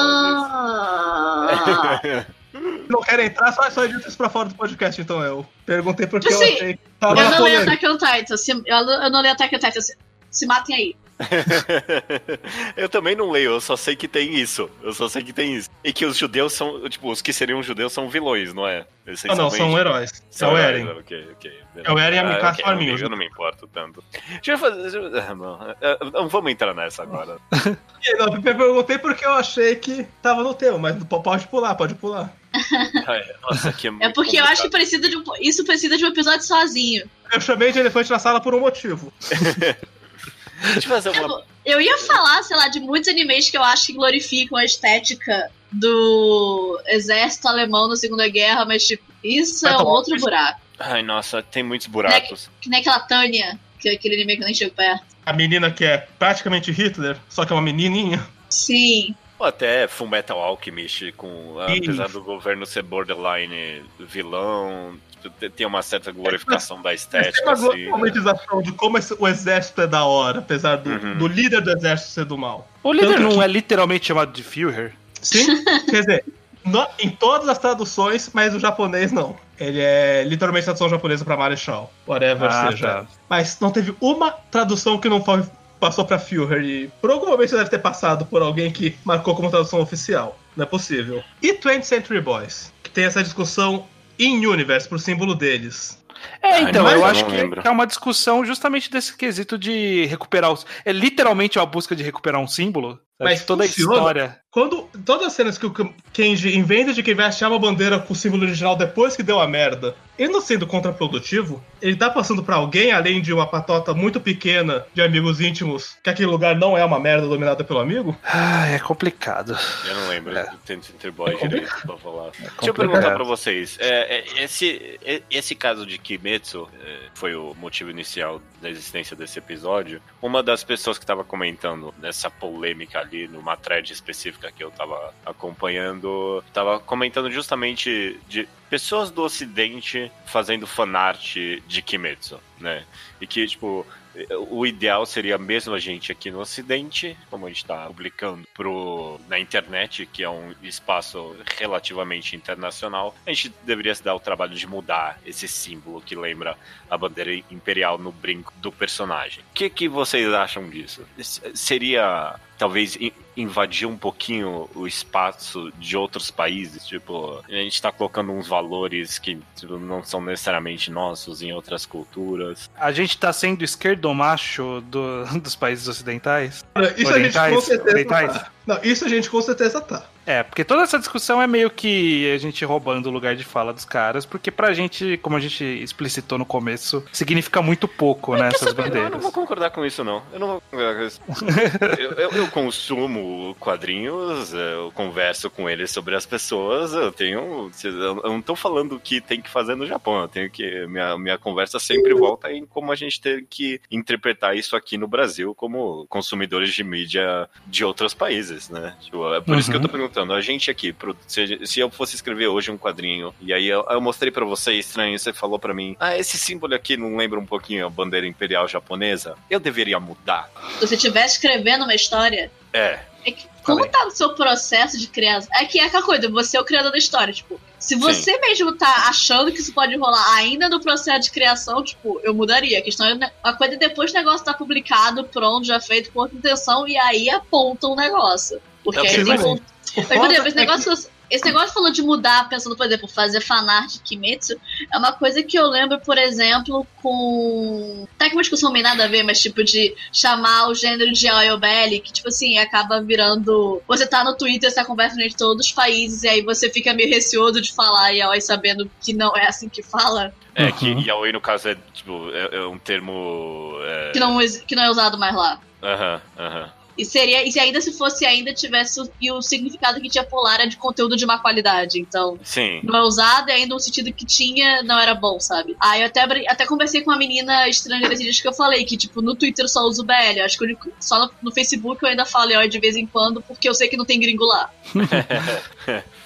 fala disso. Não. Não querem entrar, só, só edita isso pra fora do podcast, então eu. Perguntei porque Tipo eu assim, achei que Eu tava na não leio polêmica. Attack on Titan. Se, eu, eu não leio Attack on Titan. Se, se matem aí. Eu também não leio, eu só sei que tem isso. Eu só sei que tem isso. E que os judeus são, tipo, os que seriam judeus são vilões, não é? Não, não, são heróis. É o heróis, Eren. ok, ok. É o Eren e a Ah, Mikasa ok, eu, não me, Arminho. eu não me importo tanto. Deixa eu fazer. ah, Não, ah, não vamos entrar nessa agora. E, não, eu perguntei porque eu achei que tava no teu, mas pode pular, pode pular. Ai, nossa, que é, É muito porque eu acho que complicado. precisa de um, isso precisa de um episódio sozinho. Eu chamei de elefante na sala por um motivo. Deixa eu fazer uma. Eu ia falar, sei lá, de muitos animes que eu acho que glorificam a estética do exército alemão na Segunda Guerra, mas, tipo, isso é um outro buraco. Ai, nossa, tem muitos buracos. Que nem aquela Tânia, que é aquele anime que eu nem chego perto. A menina que é praticamente Hitler, só que é uma menininha. Sim. Ou até Fullmetal Alchemist, com, Sim. apesar do governo ser borderline vilão, tem uma certa glorificação da Tem estética. uma Assim, né? globalização de como esse- o exército é da hora, apesar do, Uhum. do líder do exército ser do mal. O líder Tanto não que- é literalmente chamado de Führer? Sim, quer dizer, no- em todas as traduções, mas o japonês não. Ele é literalmente tradução japonesa pra Marechal, whatever Ah, seja. tá. Mas não teve uma tradução que não foi, passou pra Führer. E por algum momento deve ter passado por alguém que marcou como tradução oficial. Não é possível. E twentieth Century Boys, que tem essa discussão in universe pro símbolo deles. É, Ai, então, mas eu eu acho não que lembro. é uma discussão justamente desse quesito de recuperar os. É literalmente uma busca de recuperar um símbolo. sabe? Mas Toda funciona. a história. Quando todas as cenas que o Kenji inventa de que vai achar uma bandeira com o símbolo original depois que deu a merda, ele não sendo contraprodutivo, ele tá passando pra alguém, além de uma patota muito pequena de amigos íntimos, que aquele lugar não é uma merda dominada pelo amigo? Ah, é complicado. Eu não lembro É. do Tente Interboy direito pra falar. Deixa eu complicado. perguntar pra vocês. É, é, esse, é, esse caso de Kimetsu é, foi o motivo inicial da existência desse episódio. Uma das pessoas que tava comentando nessa polêmica ali, numa thread específica que eu tava acompanhando, tava comentando justamente de pessoas do Ocidente fazendo fanart de Kimetsu, né? E que, tipo, o ideal seria mesmo a gente aqui no Ocidente, como a gente está publicando pro, na internet, que é um espaço relativamente internacional, a gente deveria se dar o trabalho de mudar esse símbolo que lembra a bandeira imperial no brinco do personagem. O que, que vocês acham disso? Seria talvez invadir um pouquinho o espaço de outros países? Tipo, a gente tá colocando uns valores que tipo, não são necessariamente nossos em outras culturas. A gente tá sendo esquerdomacho do, dos países ocidentais? Isso a gente com Orientais? certeza Orientais? tá. Não, isso a gente com certeza tá. É, porque toda essa discussão é meio que a gente roubando o lugar de fala dos caras, porque pra gente, como a gente explicitou no começo, significa muito pouco, né, essas Eu não bandeiras. vou concordar com isso, não. Eu não vou concordar com isso. eu, eu, eu consumo quadrinhos, eu converso com eles sobre as pessoas, eu tenho... Eu não tô falando o que tem que fazer no Japão, eu tenho que... Minha, minha conversa sempre volta em como a gente tem que interpretar isso aqui no Brasil como consumidores de mídia de outros países, né? Tipo, é por isso que eu tô perguntando. A gente aqui, pro, se, se eu fosse escrever hoje um quadrinho, e aí eu, eu mostrei pra você estranho, você falou pra mim, ah, esse símbolo aqui não lembra um pouquinho a bandeira imperial japonesa? Eu deveria mudar? Se você estivesse escrevendo uma história, É. é que, como tá no seu processo de criação? É que é aquela coisa, você é o criador da história, tipo, se você Sim. mesmo tá achando que isso pode rolar ainda no processo de criação, tipo, eu mudaria. A questão é a coisa depois do negócio tá publicado, pronto, já feito, com outra intenção, e aí aponta um negócio. Porque Eu aí tem como... Mas, por exemplo, esse é negócio, que... esse negócio falou de mudar, pensando, por exemplo, fazer fanart de Kimetsu, é uma coisa que eu lembro, por exemplo, com... Tá que uma discussão meio nada a ver, mas tipo, de chamar o gênero de Yaoi, que tipo assim, acaba virando... Você tá no Twitter, você tá conversando entre todos os países, e aí você fica meio receoso de falar Yaoi sabendo que não é assim que fala. É, Uhum. que Yaoi, no caso, é, tipo, é, é um termo... É... Que, não, que não é usado mais lá. Aham, uhum, aham. Uhum. E seria, e se ainda se fosse ainda tivesse o, e o significado que tinha polar é de conteúdo de má qualidade, então Sim. não é usado e ainda o sentido que tinha não era bom, sabe? Aí eu até, até conversei com uma menina estrangeira esses dias que eu falei que, tipo, no Twitter eu só uso B L, acho que eu, só no, no Facebook eu ainda falo ó, de vez em quando, porque eu sei que não tem gringo lá.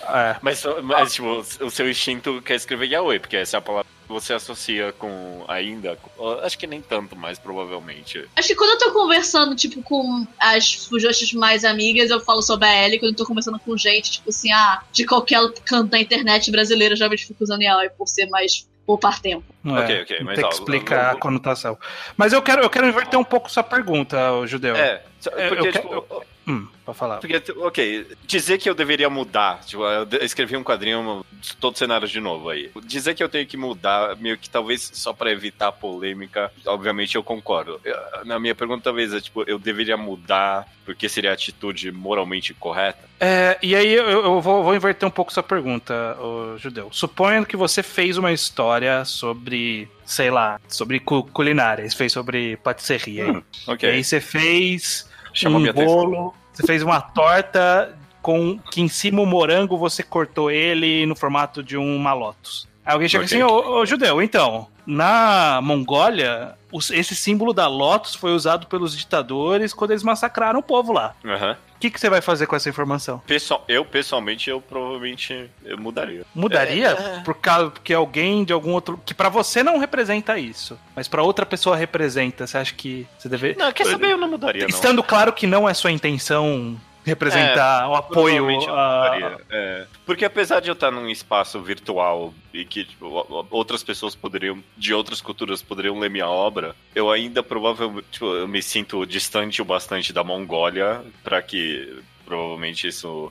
É. Mas, mas tipo, o seu instinto quer escrever yaoi, porque essa é a palavra que você associa com ainda. Acho que nem tanto mais, provavelmente. Acho que quando eu tô conversando, tipo, com as fujostas mais amigas, eu falo sobre a Ellie. Quando eu tô conversando com gente, tipo assim, ah, de qualquer canto da internet brasileira, eu geralmente fico usando yaoi por ser mais poupar tempo. É, ok, ok. Mas, tem ó, que explicar eu- a conotação. Mas eu quero, eu quero inverter um pouco sua pergunta, ô Judeu. É, Eu- porque, eu tipo, quero- Hum, pode falar. Porque, ok, dizer que eu deveria mudar, tipo, eu de- escrevi um quadrinho, todo cenário de novo aí. Dizer que eu tenho que mudar, meio que talvez só pra evitar polêmica, obviamente eu concordo. Eu- na minha pergunta, talvez, é tipo, eu deveria mudar porque seria a atitude moralmente correta? É, e aí eu, eu vou, vou inverter um pouco sua pergunta, ô Judeu. Suponha que você fez uma história sobre, sei lá, sobre cu- culinária, você fez sobre patisserie. Hum, E ok, aí você fez chamou um minha atenção. bolo, você fez uma torta com que em cima o morango você cortou ele no formato de uma Lotus. Aí alguém chega Ok. assim, ô, ô Judeu, então, na Mongólia, os- esse símbolo da Lotus foi usado pelos ditadores quando eles massacraram o povo lá. Aham. O que, que você vai fazer com essa informação? Pessoal, eu, pessoalmente, eu provavelmente eu mudaria. Mudaria? É. Por causa porque alguém de algum outro. Que pra você não representa isso, mas pra outra pessoa representa. Você acha que você deveria. Não, quer saber, eu não mudaria, não. Estando claro que não é sua intenção representar o apoio Provavelmente eu a. mudaria, é. Porque apesar de eu estar num espaço virtual e que tipo, o- o- outras pessoas poderiam, de outras culturas, poderiam ler minha obra, eu ainda provavelmente, tipo, eu me sinto distante o bastante da Mongólia pra que provavelmente isso,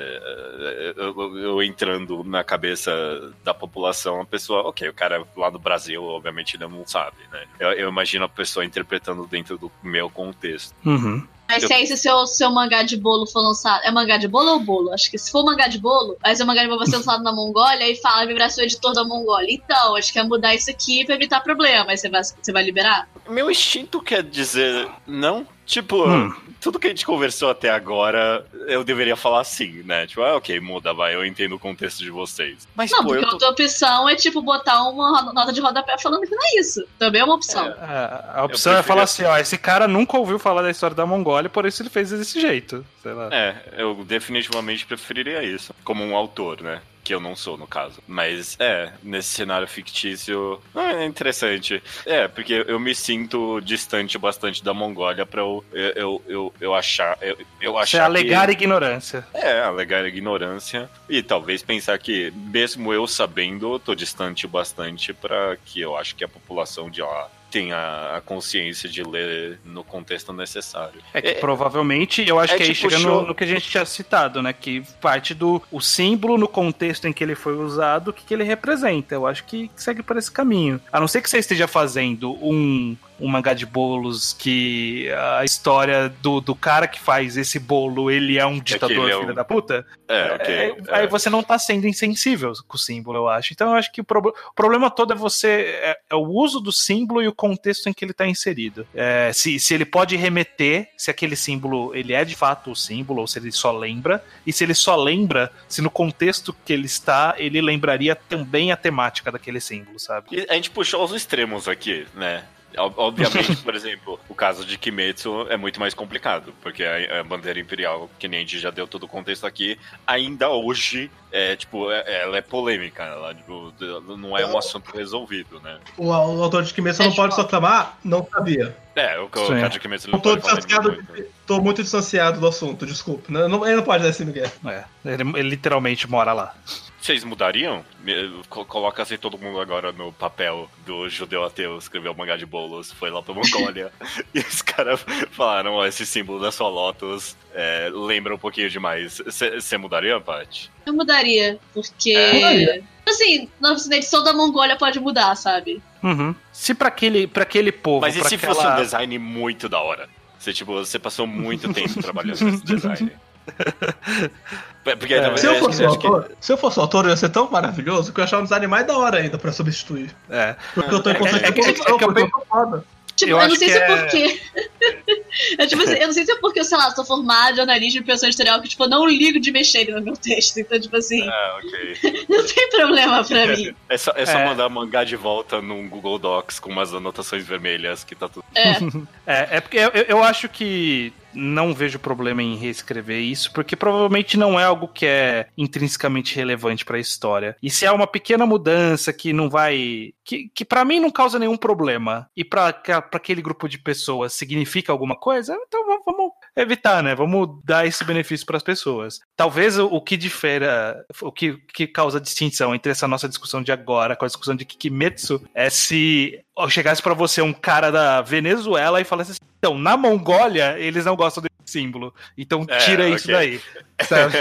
é, eu, eu entrando na cabeça da população, a pessoa, ok, o cara lá no Brasil, obviamente, ele não sabe, né? Eu, eu imagino a pessoa interpretando dentro do meu contexto. Uhum. Mas se aí se o seu, seu mangá de bolo for lançado. É mangá de bolo ou bolo? Acho que se for mangá de bolo, aí seu mangá de bolo vai ser lançado na Mongólia e fala vibrar seu editor da Mongólia. Então, acho que é mudar isso aqui pra evitar problema. Aí você vai, você vai liberar? Meu instinto quer dizer não. Tipo, Hum. tudo que a gente conversou até agora, eu deveria falar sim, né? Tipo, ah, ok, muda, vai, eu entendo o contexto de vocês. Mas, Não, pô, porque eu a tô... outra opção é tipo botar uma nota de rodapé falando que não é isso. Também é uma opção. É, a opção Eu é falar preferia- assim, ó, esse cara nunca ouviu falar da história da Mongólia, por isso ele fez desse jeito. Sei lá. É, eu definitivamente preferiria isso. Como um autor, né? Que eu não sou, no caso. Mas, é, nesse cenário fictício... ah, é interessante. É, porque eu me sinto distante bastante da Mongólia pra eu, eu, eu, eu, eu achar... Eu, eu Você achar alegar que... ignorância. É, alegar ignorância. E talvez pensar que, mesmo eu sabendo, eu tô distante o bastante pra que eu acho que a população de lá tenha a consciência de ler no contexto necessário. É que provavelmente, eu acho é que aí tipo chega show- no, no que a gente tinha citado, né? Que parte do o símbolo no contexto em que ele foi usado, o que, que ele representa. Eu acho que segue por esse caminho. A não ser que você esteja fazendo um, um mangá de bolos que a história do, do cara que faz esse bolo, ele é um ditador, ele é filho um- da puta. É, ok. É, aí é. você não tá sendo insensível com o símbolo, eu acho. Então eu acho que o, prob- o problema todo é você. É, é o uso do símbolo e o contexto em que ele tá inserido. É, se, se ele pode remeter, se aquele símbolo ele é de fato o símbolo, ou se ele só lembra, e se ele só lembra, se no contexto que ele está, ele lembraria também a temática daquele símbolo, sabe? E a gente puxou os extremos aqui, né? Ob- Obviamente, por exemplo, o caso de Kimetsu é muito mais complicado, porque a, a bandeira imperial, que nem a gente já deu todo o contexto aqui, ainda hoje é, tipo, é- ela é polêmica, ela tipo, não é um assunto resolvido, né? O, o autor de Kimetsu não pode só clamar, não sabia. É, o, o Sim. caso de Kimetsu Eu não tô pode falar distanciado, muito. tô muito distanciado do assunto, desculpa. Não, não- ele não pode dar esse migué. É, ele, ele literalmente mora lá. Vocês mudariam? Me- co- Coloca assim todo mundo agora no papel do judeu ateu, escreveu um mangá de bolos, foi lá pra Mongólia, e os caras falaram, ó, esse símbolo da sua Lotus é, lembra um pouquinho demais. Você mudaria, Paty? Eu mudaria, porque. É, mudaria. Assim, na edição da Mongólia pode mudar, sabe? Uhum. Se pra aquele, pra aquele povo. Mas e pra se aquela... fosse um design muito da hora? Você, tipo, você passou muito tempo trabalhando nesse design. Porque, É. talvez, Se eu acho fosse que- o acho que- autor, se eu fosse o autor, eu ia ser tão maravilhoso que eu ia achar um design mais da hora ainda pra substituir. É. Porque eu tô em É, constante é que- é que evolução, eu porque pe- eu tô foda. Tipo, Eu eu, acho não sei que se é é- porque. É, tipo assim, eu não sei se é porque eu, sei lá, sou formada em jornalismo e pessoa editorial que, tipo, eu não ligo de mexer no meu texto. Então, tipo assim, ah, ok. Não tem problema pra mim. É só, é só É. mandar mangá de volta num Google Docs com umas anotações vermelhas que tá tudo... É. É, é porque eu, eu acho que não vejo problema em reescrever isso, porque provavelmente não é algo que é intrinsecamente relevante pra história. E se é uma pequena mudança que não vai... Que, que para mim não causa nenhum problema, e pra, pra aquele grupo de pessoas significa alguma coisa, então vamos, vamos evitar, né? Vamos dar esse benefício pras pessoas. Talvez o, o que difere, o que, que causa distinção entre essa nossa discussão de agora com a discussão de Kikimetsu é se chegasse pra você um cara da Venezuela e falasse assim, então, na Mongólia, eles não gostam desse símbolo. Então, tira É, isso ok. daí. Sabe?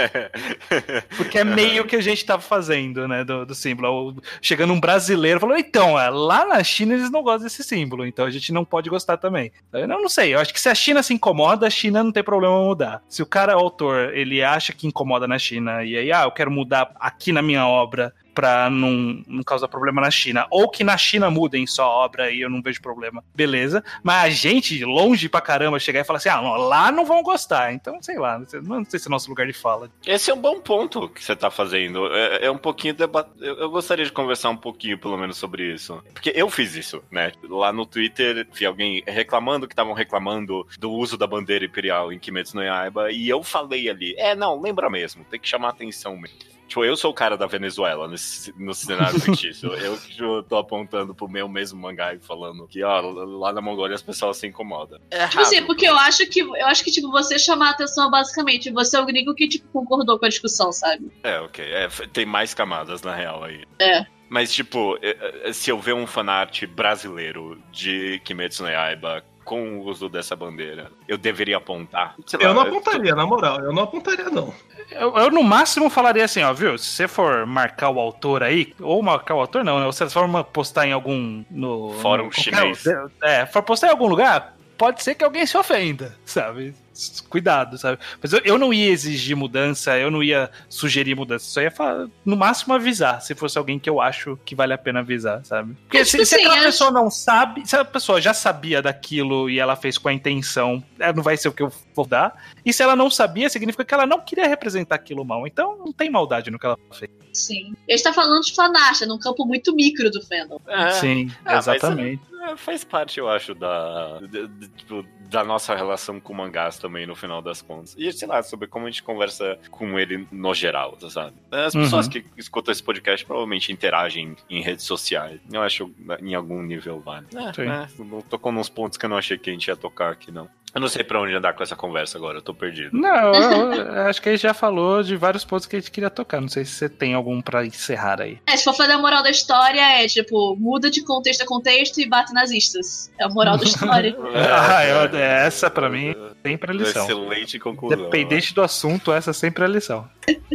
Porque é meio que a gente tava fazendo, né, do, do símbolo. Chegando um brasileiro falando, então, é, lá na China eles não gostam desse símbolo, então a gente não pode gostar também. Eu não, não sei, eu acho que se a China se incomoda, a China não tem problema mudar. Se o cara, o autor, ele acha que incomoda na China, e aí, ah, eu quero mudar aqui na minha obra pra não, não causar problema na China, ou que na China mudem só a obra e eu não vejo problema, beleza, mas a gente, longe pra caramba, chegar e falar assim, ah, não, lá não vão gostar, então, sei lá, não sei, não sei se é nosso lugar de fala. Esse é um bom ponto que você tá fazendo. É, é um pouquinho deba... eu, eu gostaria de conversar um pouquinho, pelo menos, sobre isso. Porque eu fiz isso, né? Lá no Twitter, vi alguém reclamando que estavam reclamando do uso da bandeira imperial em Kimetsu no Yaiba, e eu falei ali, é, não, lembra mesmo, tem que chamar atenção mesmo. Tipo, eu sou o cara da Venezuela nesse, no cenário fictício. Eu que tô apontando pro meu mesmo mangá e falando que, ó, lá na Mongólia as pessoas se incomodam. É Tipo assim, porque eu acho que eu acho que, tipo, você chamar a atenção basicamente, você é o gringo que, tipo, concordou com a discussão, sabe? É, ok. É, tem mais camadas, na real, aí. É. Mas, tipo, se eu ver um fanart brasileiro de Kimetsu no Yaiba com o uso dessa bandeira, eu deveria apontar? Sei lá, Eu não apontaria, na moral. Eu não apontaria, não. Eu, eu, no máximo, falaria assim, ó, viu? Se você for marcar o autor aí, ou marcar o autor, não, né? Se você for postar em algum... No, Fórum no, chinês. Qualquer, é, for postar em algum lugar, pode ser que alguém se ofenda, sabe? Cuidado, sabe? Mas eu, eu não ia exigir mudança, eu não ia sugerir mudança, só ia falar, no máximo avisar, se fosse alguém que eu acho que vale a pena avisar, sabe? Porque É, se, tipo se assim, aquela acho- pessoa não sabe, se a pessoa já sabia daquilo e ela fez com a intenção, é, não vai ser o que eu vou dar. E se ela não sabia, significa que ela não queria representar aquilo mal. Então não tem maldade no que ela fez. Sim. Ele está falando de fanart, num campo muito micro do fandom. É. Sim, Ah, mas, exatamente. é, faz parte, eu acho, da, de- de- tipo, da nossa relação com mangás também, no final das contas. E, sei lá, sobre como a gente conversa com ele no geral, sabe? As pessoas Uhum. que escutam esse podcast provavelmente interagem em redes sociais. Eu acho em algum nível vale. Sim. É, é, tocou nos pontos que eu não achei que a gente ia tocar aqui, não. Eu não sei pra onde andar com essa conversa agora, eu tô perdido. Não, eu, eu acho que a gente já falou de vários pontos que a gente queria tocar. Não sei se você tem algum pra encerrar aí. É, se for fazer a moral da história, é tipo, muda de contexto a contexto e bate nazistas. É a moral da história. Ah, eu- essa pra mim sempre a lição. Excelente conclusão. Dependente do assunto, essa é sempre a lição.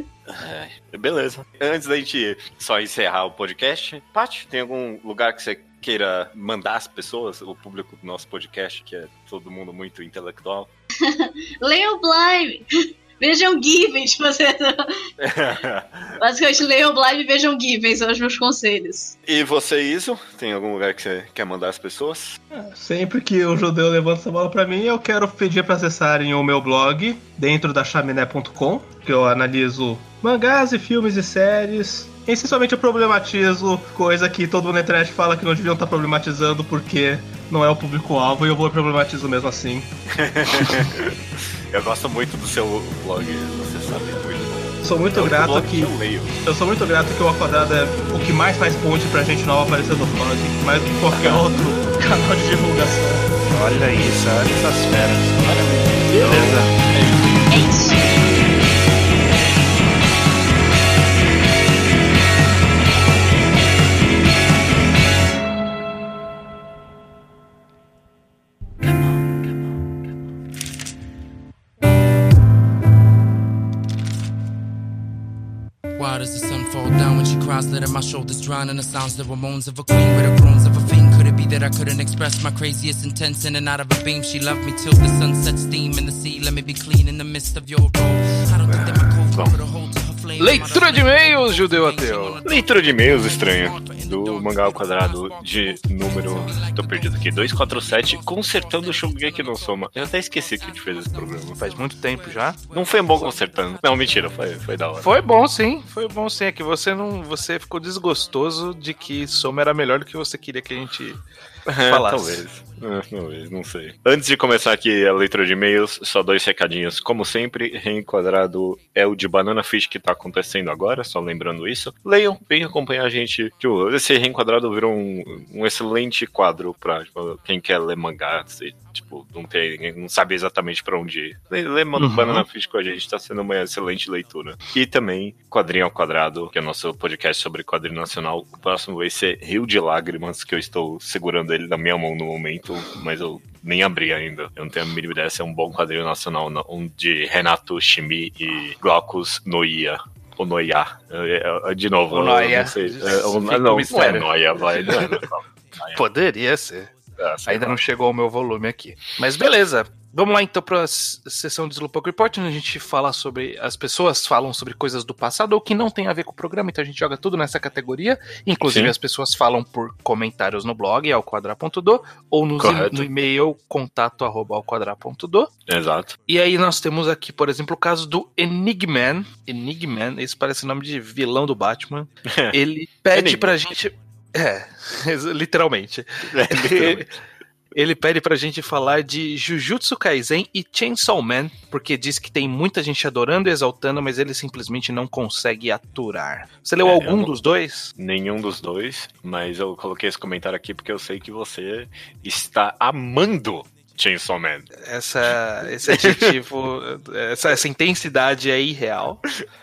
É, beleza. Antes da gente só encerrar o podcast, Paty, tem algum lugar que você queira mandar as pessoas, o público do nosso podcast, que é todo mundo muito intelectual? Leiam Blind! Vejam Given, tipo, você... Basicamente, leiam Blind e vejam Given, são os meus conselhos. E você, Iso? Tem algum lugar que você quer mandar as pessoas? Sempre que o judeu levanta essa bola pra mim, eu quero pedir pra acessarem o meu blog, dentro da chaminé ponto com, que eu analiso mangás e filmes e séries. Essencialmente eu problematizo coisa que todo mundo na internet fala que não deviam estar problematizando porque não é o público-alvo, e eu vou problematizo mesmo assim. Eu gosto muito do seu blog, você sabe muito. Sou muito É o grato blog que. eu leio. Eu sou muito grato que o Ao Quadrado é o que mais faz ponte pra gente nova aparecer no blog, mais do que qualquer outro canal de divulgação. Olha isso, olha essas feras. Beleza. É isso. Why does the sun fall down when she cries, letting my shoulders drown in the sounds, the moans of a queen with the groans of a fiend? Could it be that I couldn't express my craziest intents in and out of a beam? She loved me till the sun sets steam in the sea. Let me be clean in the midst of your role. I don't think that my cold could put a hold to her flame. Leitura de e-mails, judeu ateu. Leitura de e-mails, estranho. Do Mangá ao Quadrado de número... Tô perdido aqui. duzentos e quarenta e sete, Consertando o Shokugeki no Soma. Eu até esqueci que a gente fez esse programa. Faz muito tempo já. Não foi bom consertando. Não, mentira, foi, foi da hora. Foi bom sim, foi bom sim. É que você não, você ficou desgostoso de que Soma era melhor do que você queria que a gente falasse. Talvez. É, talvez, não sei. Antes de começar aqui a leitura de e-mails, só dois recadinhos. Como sempre, Reenquadrado é o de Banana Fish que tá acontecendo agora, só lembrando isso. Leiam, venham acompanhar a gente. Tipo, esse Reenquadrado virou um, um excelente quadro pra tipo, quem quer ler mangá, se, tipo, não, tem, não sabe exatamente pra onde ir. Ler, ler uhum. Banana Fish com a gente tá sendo uma excelente leitura. E também Quadrinho ao Quadrado, que é o nosso podcast sobre quadrinho nacional. O próximo vai ser Rio de Lágrimas, que eu estou segurando ele na minha mão no momento, mas eu nem abri ainda. Eu não tenho a mínima ideia se é um bom quadrinho nacional, não. Um de Renato Shimi e Glaucus Noia. Ou Noia. De novo, Noia. Eu não sei. É, um, não, não é Noia, vai. Não é, não. Poderia ser. É, ainda lá. Não chegou ao meu volume aqui. Mas beleza. Vamos lá então para a sessão de Slowpoke Report, onde a gente fala sobre... As pessoas falam sobre coisas do passado ou que não tem a ver com o programa, então a gente joga tudo nessa categoria. Inclusive Sim. as pessoas falam por comentários no blog, alquadra.do, ou nos e- no e-mail, contato arroba alquadra.do. Exato. E aí nós temos aqui, por exemplo, o caso do Enigman. Enigman, esse parece o nome de vilão do Batman. Ele pede Enigma. pra gente... É, literalmente. É, literalmente. Ele pede pra gente falar de Jujutsu Kaisen e Chainsaw Man, porque diz que tem muita gente adorando e exaltando, mas ele simplesmente não consegue aturar. Você leu é, algum não... dos dois? Nenhum dos dois, mas eu coloquei esse comentário aqui porque eu sei que você está amando Chainsaw Man. Essa, esse adjetivo, essa, essa intensidade é irreal.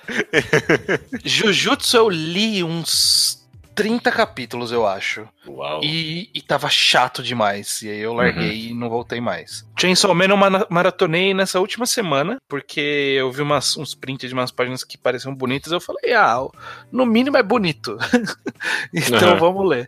Jujutsu eu li uns trinta capítulos, eu acho. Uau. E, e tava chato demais. E aí eu larguei uhum. e não voltei mais. Chainsaw Man eu maratonei nessa última semana, porque eu vi umas, uns prints de umas páginas que pareciam bonitas. Eu falei, ah, no mínimo é bonito. Então uhum. vamos ler.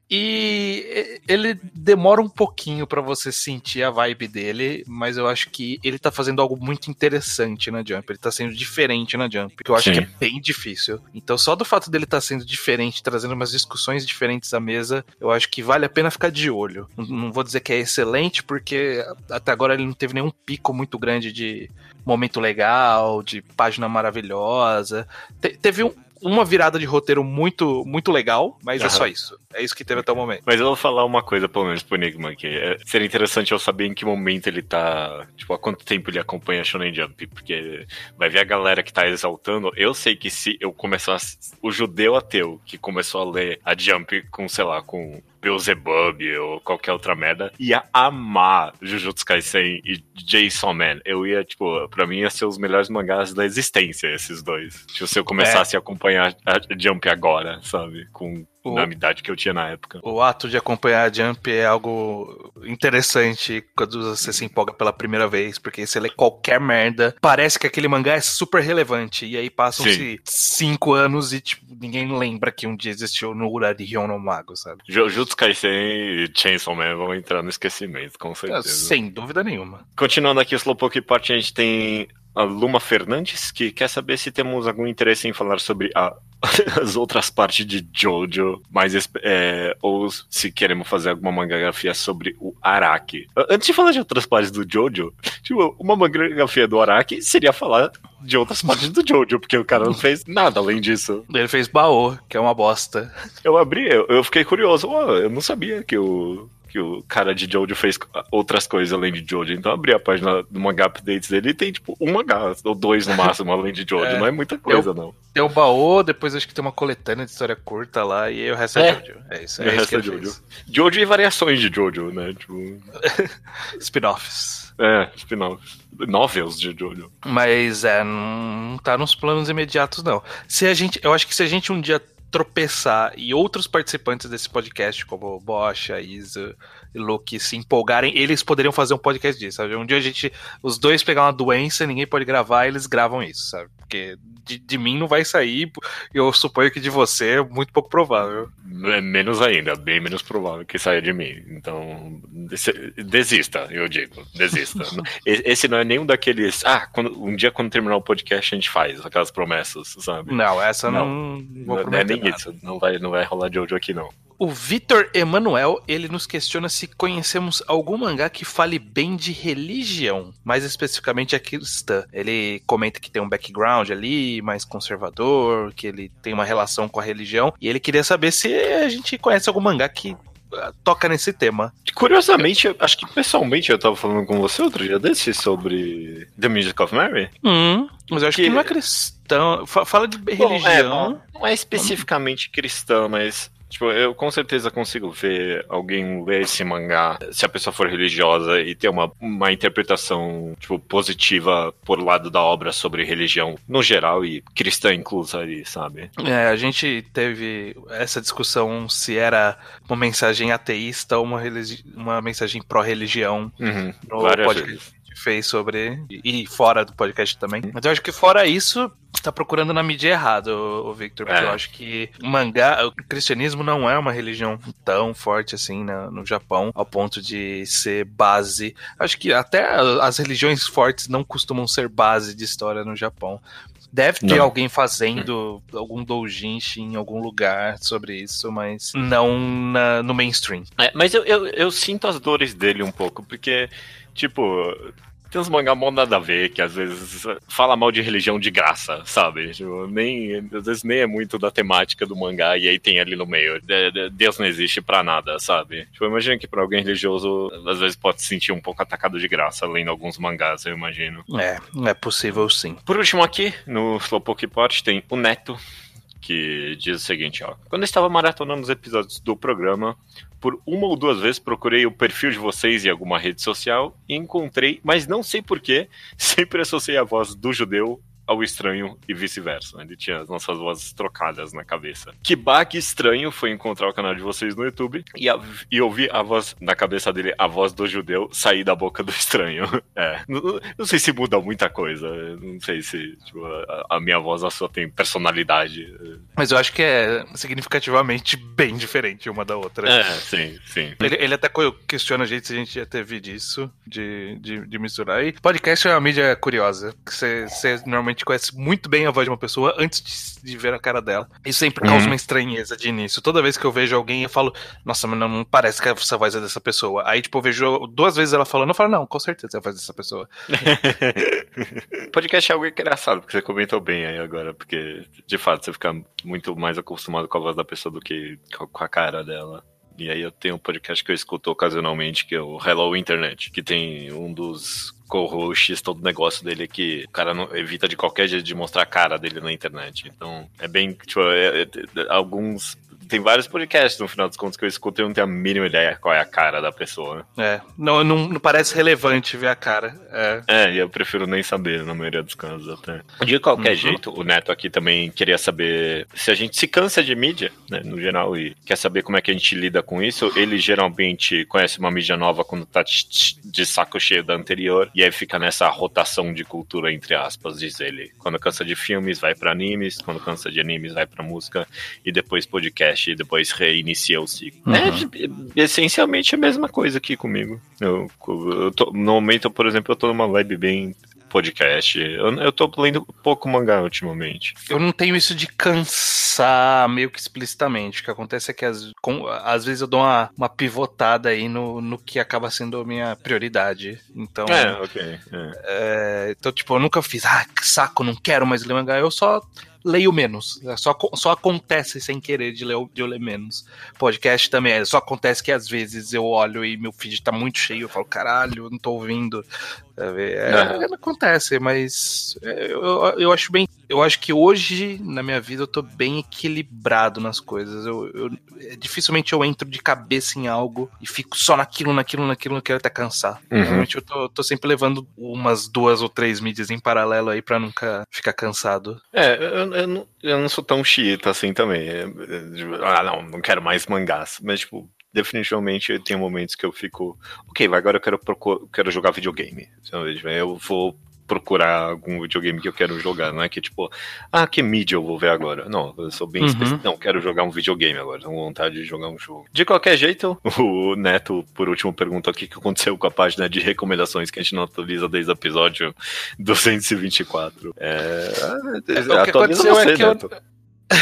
E ele demora um pouquinho pra você sentir a vibe dele, mas eu acho que ele tá fazendo algo muito interessante na Jump. Ele tá sendo diferente na Jump, que eu acho Sim. que é bem difícil. Então só do fato dele tá sendo diferente, trazendo umas discussões diferentes à mesa, eu acho que vale a pena ficar de olho. Não vou dizer que é excelente, porque até agora ele não teve nenhum pico muito grande de momento legal, de página maravilhosa. Te- teve um uma virada de roteiro muito, muito legal, mas uhum. é só isso. É isso que teve até o momento. Mas eu vou falar uma coisa, pelo menos, pro Enigma, que é, seria interessante eu saber em que momento ele tá... Tipo, há quanto tempo ele acompanha a Shonen Jump, porque vai ver a galera que tá exaltando. Eu sei que se eu começasse... O judeu ateu que começou a ler a Jump com, sei lá, com... Beelzebub ou qualquer outra merda, ia amar Jujutsu Kaisen e Chainsaw Man. Eu ia, tipo, pra mim ia ser os melhores mangás da existência, esses dois. Tipo, se eu começasse é. a acompanhar a Jump agora, sabe? Com o, na idade que eu tinha na época. O ato de acompanhar a Jump é algo interessante quando você se empolga pela primeira vez, porque você lê qualquer merda, parece que aquele mangá é super relevante, e aí passam-se cinco anos e, tipo, ninguém lembra que um dia existiu no Urarion no Mago, sabe? Jujutsu Kaisen e Chainsaw Man vão entrar no esquecimento, com certeza. Sem dúvida nenhuma. Continuando aqui o Slowpoke Report, a gente tem a Luma Fernandes, que quer saber se temos algum interesse em falar sobre a, as outras partes de Jojo, mas, é, ou se queremos fazer alguma mangagrafia sobre o Araki. Antes de falar de outras partes do Jojo, tipo, uma mangagrafia do Araki seria falar de outras partes do Jojo, porque o cara não fez nada além disso. Ele fez Baô, que é uma bosta. Eu abri, eu, eu fiquei curioso, oh, eu não sabia que o... que o cara de Jojo fez outras coisas além de Jojo. Então eu abri a página do Mangá Updates dele e tem tipo um mangá, ou dois no máximo, além de Jojo. É, não é muita coisa, eu, não. Tem o Baô, depois acho que tem uma coletânea de história curta lá, e aí o resto é, é Jojo. É isso, é, é isso que é Jojo. Fez. Jojo e variações de Jojo, né? Tipo... Spin-offs. É, spin-offs. Novels de Jojo. Mas é, não tá nos planos imediatos, não. Se a gente, eu acho que se a gente um dia tropeçar e outros participantes desse podcast, como Bosch, Isa e Luke, se empolgarem, eles poderiam fazer um podcast disso, sabe? Um dia a gente, os dois pegar uma doença, ninguém pode gravar, eles gravam isso, sabe? Porque de, de mim não vai sair, e eu suponho que de você é muito pouco provável. É menos ainda, bem menos provável que saia de mim. Então, desista, eu digo, desista. Esse não é nenhum daqueles, ah, quando, um dia quando terminar o podcast a gente faz aquelas promessas, sabe? Não, essa não, não vou não, não é nem nada. isso, não vai, não vai rolar de hoje aqui não. O Vitor Emanuel, ele nos questiona se conhecemos algum mangá que fale bem de religião, mais especificamente a cristã. Ele comenta que tem um background ali, mais conservador, que ele tem uma relação com a religião, e ele queria saber se a gente conhece algum mangá que toca nesse tema. Curiosamente, eu, acho que pessoalmente eu tava falando com você outro dia desse sobre The Music of Mary. Hum, mas eu acho que, que não é cristão. Fala de religião. Bom, é, não é especificamente cristã, mas... Tipo, eu com certeza consigo ver alguém ler esse mangá, se a pessoa for religiosa, e ter uma, uma interpretação, tipo, positiva por lado da obra sobre religião no geral e cristã inclusa ali, sabe? É, a gente teve essa discussão se era uma mensagem ateísta ou uma, religi- uma mensagem pró-religião Uhum, no várias podcast vezes. que a gente fez sobre, e fora do podcast também. Mas eu acho que fora isso... Tá procurando na mídia errado, o Victor, porque É. eu acho que o mangá, o cristianismo não é uma religião tão forte assim no, no Japão, ao ponto de ser base. Acho que até as religiões fortes não costumam ser base de história no Japão. Deve ter Não. alguém fazendo algum doujinshi em algum lugar sobre isso, mas não na, no mainstream. É, mas eu, eu, eu sinto as dores dele um pouco, porque, tipo... Tem uns mangá mó nada a ver, que às vezes fala mal de religião de graça, sabe? Tipo, nem, às vezes nem é muito da temática do mangá, e aí tem ali no meio, Deus não existe pra nada, sabe? Tipo, imagina que pra alguém religioso, às vezes pode se sentir um pouco atacado de graça, lendo alguns mangás, eu imagino. É, é possível sim. Por último aqui, no Slowpoke Pot, tem o Neto, que diz o seguinte, ó. Quando eu estava maratonando os episódios do programa, por uma ou duas vezes procurei o perfil de vocês em alguma rede social e encontrei, mas não sei porquê, sempre associei a voz do judeu ao estranho e vice-versa. Ele tinha as nossas vozes trocadas na cabeça. Que baque estranho foi encontrar o canal de vocês no YouTube e, a, e ouvir a voz na cabeça dele, a voz do judeu, sair da boca do estranho. É. Não, não sei se muda muita coisa. Não sei se tipo, a, a minha voz só tem personalidade. Mas eu acho que é significativamente bem diferente uma da outra. É, sim, sim. Ele, ele até questiona a gente se a gente já teve disso, de, de, de misturar. E podcast é uma mídia curiosa, que você, você normalmente conhece muito bem a voz de uma pessoa antes de, de ver a cara dela. Isso sempre causa uhum. uma estranheza de início. Toda vez que eu vejo alguém, eu falo, nossa, mas não, não parece que essa voz é dessa pessoa. Aí, tipo, eu vejo duas vezes ela falando, eu falo, não, com certeza é a voz dessa pessoa. Podcast é algo engraçado, porque você comentou bem aí agora, porque, de fato, você fica muito mais acostumado com a voz da pessoa do que com a cara dela. E aí eu tenho um podcast que eu escuto ocasionalmente, que é o Hello Internet, que tem um dos co-hosts, todo o negócio dele é que o cara não, evita de qualquer jeito de mostrar a cara dele na internet. Então, é bem, tipo, é, é, alguns... Tem vários podcasts, no final dos contos, que eu escuto e eu não tenho a mínima ideia qual é a cara da pessoa. É, não, não, não parece relevante ver a cara. É. é, e eu prefiro nem saber, na maioria dos casos, até. De qualquer uhum. jeito, o Neto aqui também queria saber se a gente se cansa de mídia, né, no geral, e quer saber como é que a gente lida com isso. Ele geralmente conhece uma mídia nova quando tá de saco cheio da anterior, e aí fica nessa rotação de cultura, entre aspas, diz ele. Quando cansa de filmes, vai pra animes, quando cansa de animes, vai pra música, e depois podcast, e depois reinicia o ciclo. Uhum. É essencialmente a mesma coisa aqui comigo. Eu, eu tô, no momento, por exemplo, eu tô numa vibe bem podcast. Eu, eu tô lendo pouco mangá ultimamente. Eu não tenho isso de cansar meio que explicitamente. O que acontece é que às, com, às vezes eu dou uma, uma pivotada aí no, no que acaba sendo a minha prioridade. Então, é, ok. É. É, então, tipo, eu nunca fiz, ah, que saco, não quero mais ler mangá. Eu só leio menos. Só, só acontece sem querer de ler, de eu ler menos. Podcast também é. Só acontece que às vezes eu olho e meu feed tá muito cheio. Eu falo, caralho, não tô ouvindo. É, é, acontece, mas eu, eu acho bem. eu acho que hoje, na minha vida, eu tô bem equilibrado nas coisas. Eu, eu, dificilmente eu entro de cabeça em algo e fico só naquilo, naquilo, naquilo, naquilo até cansar. Uhum. Normalmente eu tô, tô sempre levando umas duas ou três mídias em paralelo aí pra nunca ficar cansado. É, eu, eu, não, eu não sou tão xiita assim também. Ah, não, não quero mais mangás. Mas, tipo, definitivamente tem momentos que eu fico... Ok, agora eu quero, procur... quero jogar videogame. Eu vou procurar algum videogame que eu quero jogar. Não é que, tipo, ah, que mídia eu vou ver agora? Não, eu sou bem uhum. específico. Não, quero jogar um videogame agora. Tenho vontade de jogar um jogo. De qualquer jeito, o Neto, por último, pergunta o que aconteceu com a página de recomendações que a gente não atualiza desde o episódio duzentos e vinte e quatro. É... é o que aconteceu você, é que Neto. eu...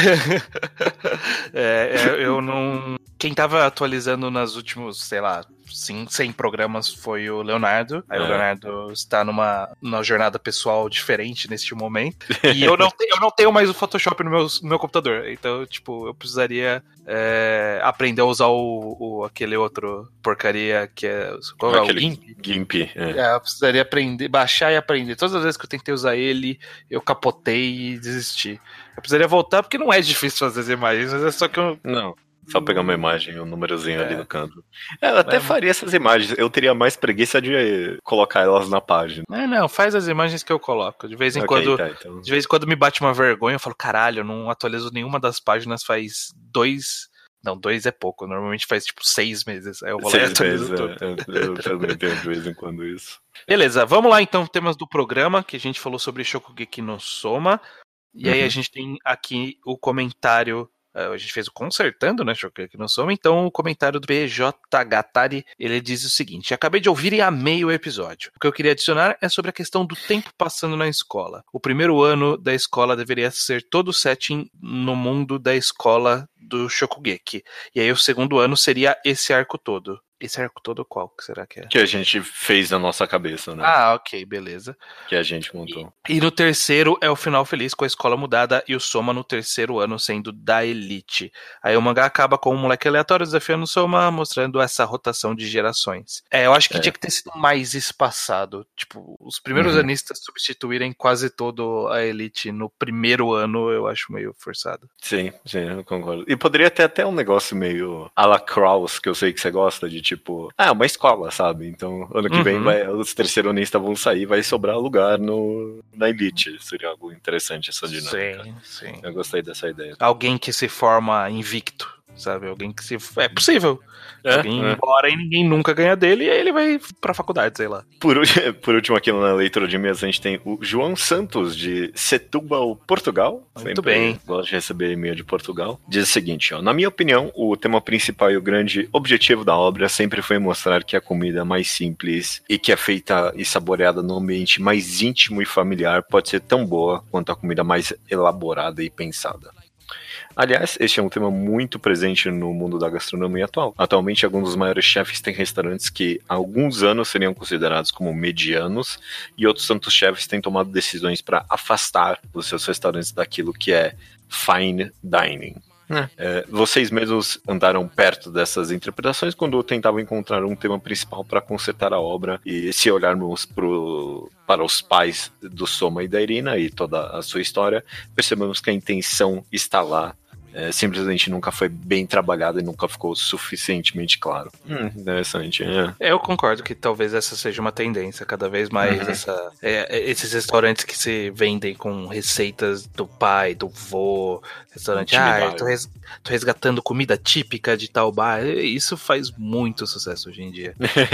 é, eu não... Quem tava atualizando nos últimos, sei lá, cem programas foi o Leonardo. Aí é. o Leonardo está numa, numa jornada pessoal diferente neste momento. E eu não, te, eu não tenho mais o Photoshop no meu, no meu computador. Então, tipo, eu precisaria é, aprender a usar o, o, aquele outro porcaria que é... Qual é o GIMP? GIMP, é. é. Eu precisaria aprender, baixar e aprender. Todas as vezes que eu tentei usar ele, eu capotei e desisti. Eu precisaria voltar porque não é difícil fazer as imagens, mas é só que eu... Não. Só pegar uma imagem, um númerozinho é. ali no canto. Eu até é. faria essas imagens. Eu teria mais preguiça de colocar elas na página. É, não, faz as imagens que eu coloco. De vez em okay, quando. Tá, então... De vez em quando me bate uma vergonha, eu falo, caralho, eu não atualizo nenhuma das páginas faz dois. Não, dois é pouco. Normalmente faz tipo seis meses. Aí eu vou lá e atualizo tudo. É. Eu também tenho de vez em quando isso. Beleza, vamos lá então, temas do programa, que a gente falou sobre Shokugeki no Soma. E uhum. aí a gente tem aqui o comentário. A gente fez o consertando, né, Shokugeki no Soma. Então o comentário do B J Gatari, ele diz o seguinte: acabei de ouvir e amei o episódio. O que eu queria adicionar é sobre a questão do tempo passando na escola. O primeiro ano da escola deveria ser todo o setting no mundo da escola do Shokugeki. E aí o segundo ano seria esse arco todo. Esse arco todo qual que será que é? Que a gente fez na nossa cabeça, né? Ah, ok, beleza. Que a gente montou. E, e no terceiro é o final feliz com a escola mudada e o Soma no terceiro ano sendo da elite. Aí o mangá acaba com um moleque aleatório desafiando o Soma, mostrando essa rotação de gerações. É, eu acho que é. tinha que ter sido mais espaçado. Tipo, os primeiros uhum. anistas substituírem quase todo a elite no primeiro ano, eu acho meio forçado. Sim, sim, eu concordo. E poderia ter até um negócio meio a la Kraus, que eu sei que você gosta de tipo, ah, uma escola, sabe? Então, ano que uhum. vem vai, os terceironistas vão sair, vai sobrar lugar no, na elite. Seria algo interessante essa dinâmica. Sim, sim. Eu gostei dessa ideia. Alguém que se forma invicto, sabe? Alguém que se... É possível. É, Alguém é. embora e ninguém nunca ganha dele, e aí ele vai pra faculdade, sei lá. Por, por último, aqui na leitura de e-mails, a gente tem o João Santos, de Setúbal, Portugal. Muito Sempre bem. Gosto de receber e-mail de Portugal. Diz o seguinte, ó. Na minha opinião, o tema principal e o grande objetivo da obra sempre foi mostrar que a comida mais simples e que é feita e saboreada num ambiente mais íntimo e familiar pode ser tão boa quanto a comida mais elaborada e pensada. Aliás, este é um tema muito presente no mundo da gastronomia atual. Atualmente, alguns dos maiores chefes têm restaurantes que há alguns anos seriam considerados como medianos, e outros tantos chefes têm tomado decisões para afastar os seus restaurantes daquilo que é fine dining. É, vocês mesmos andaram perto dessas interpretações quando tentavam encontrar um tema principal para consertar a obra, e se olharmos pro, para os pais do Soma e da Irina e toda a sua história, percebemos que a intenção está lá. É, simplesmente nunca foi bem trabalhado e nunca ficou suficientemente claro. Hum, interessante, é. Eu concordo que talvez essa seja uma tendência, cada vez mais uhum. essa, é, esses restaurantes que se vendem com receitas do pai, do vô, restaurante, ah, tô, res, tô resgatando comida típica de tal bar, isso faz muito sucesso hoje em dia.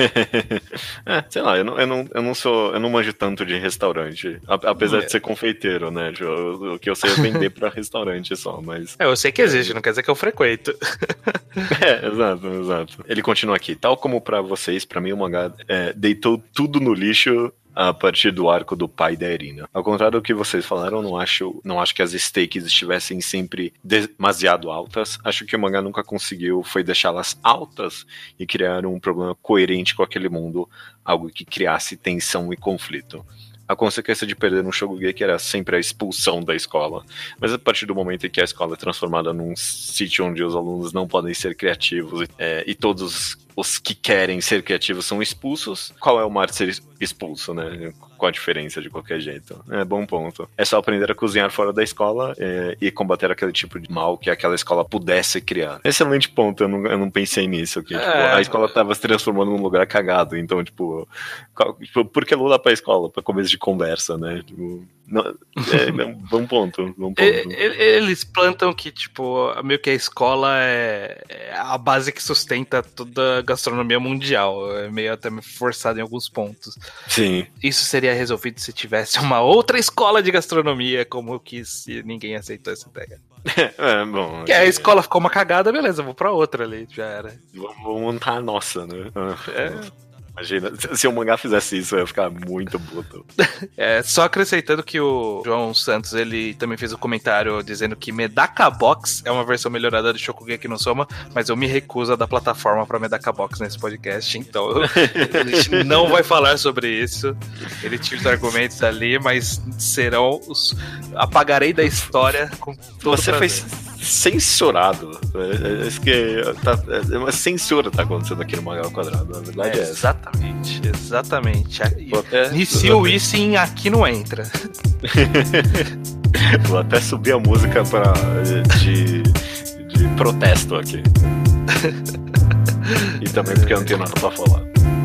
é, sei lá, eu não, eu, não, eu não sou, eu não manjo tanto de restaurante, apesar é. de ser confeiteiro, né, o que eu sei é vender pra restaurante só, mas... É, eu sei que existe, não quer dizer que eu frequento. É, exato, exato. Ele continua aqui. Tal como pra vocês, pra mim o mangá é, deitou tudo no lixo a partir do arco do pai da Irina. Ao contrário do que vocês falaram, não acho, não acho que as stakes estivessem sempre demasiado altas. Acho que o mangá nunca conseguiu foi deixá-las altas e criar um problema coerente com aquele mundo, algo que criasse tensão e conflito. A consequência de perder um Shokugeki era sempre a expulsão da escola. Mas a partir do momento em que a escola é transformada num sítio onde os alunos não podem ser criativos é, e todos os que querem ser criativos são expulsos, qual é o mar de ser expulso, né? qual a diferença de qualquer jeito. É, bom ponto. É só aprender a cozinhar fora da escola é, e combater aquele tipo de mal que aquela escola pudesse criar. Excelente ponto, eu não, eu não pensei nisso. Que, é. tipo, a escola tava se transformando num lugar cagado, então, tipo, qual, tipo por que não dá pra escola? Pra começo de conversa, né? Tipo, não, é, é um bom ponto. Bom ponto. Eles plantam que, tipo, meio que a escola é, é a base que sustenta toda a gastronomia mundial. É meio até forçado em alguns pontos. Sim. Isso seria resolvido se tivesse uma outra escola de gastronomia, como eu quis, e ninguém aceitou essa ideia. É, bom. Que a escola ficou uma cagada, beleza, vou pra outra ali, já era. Vou, vou montar a nossa, né? É. Imagina, se o mangá fizesse isso, eu ia ficar muito puto. É, só acrescentando que o João Santos, ele também fez um comentário dizendo que Medaka Box é uma versão melhorada de Shokugeki no Soma, mas eu me recuso a dar plataforma pra Medaka Box nesse podcast, então eu, a gente não vai falar sobre isso. Ele tinha os argumentos ali, mas serão os... apagarei da história com todo Você prazer. fez censurado. É, é, é, que tá, é uma censura tá acontecendo aqui no Mangá ao Quadrado, na verdade é, é essa. Exatamente, exatamente. Vou até- Inicio isso em Aqui Não Entra. Vou até subir a música pra, de, de protesto aqui. E também porque eu não tenho nada pra falar.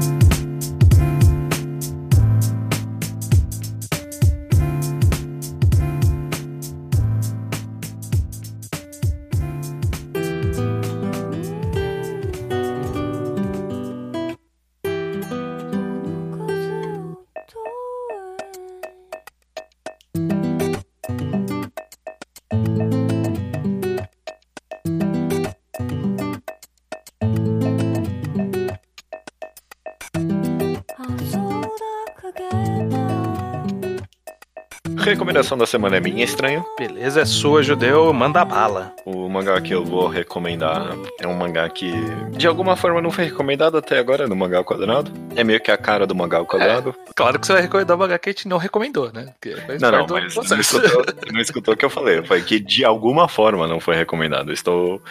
Recomendação da semana é minha, estranho. Beleza, é sua, judeu, manda bala. O mangá que eu vou recomendar é um mangá que de alguma forma não foi recomendado até agora no Mangá ao Quadrado. É meio que a cara do Mangá ao Quadrado. É, claro que você vai recomendar o mangá que a gente não recomendou, né? Faz Não, não, parte do mas não processo. escutou, não escutou o que eu falei. Foi que de alguma forma não foi recomendado. Eu estou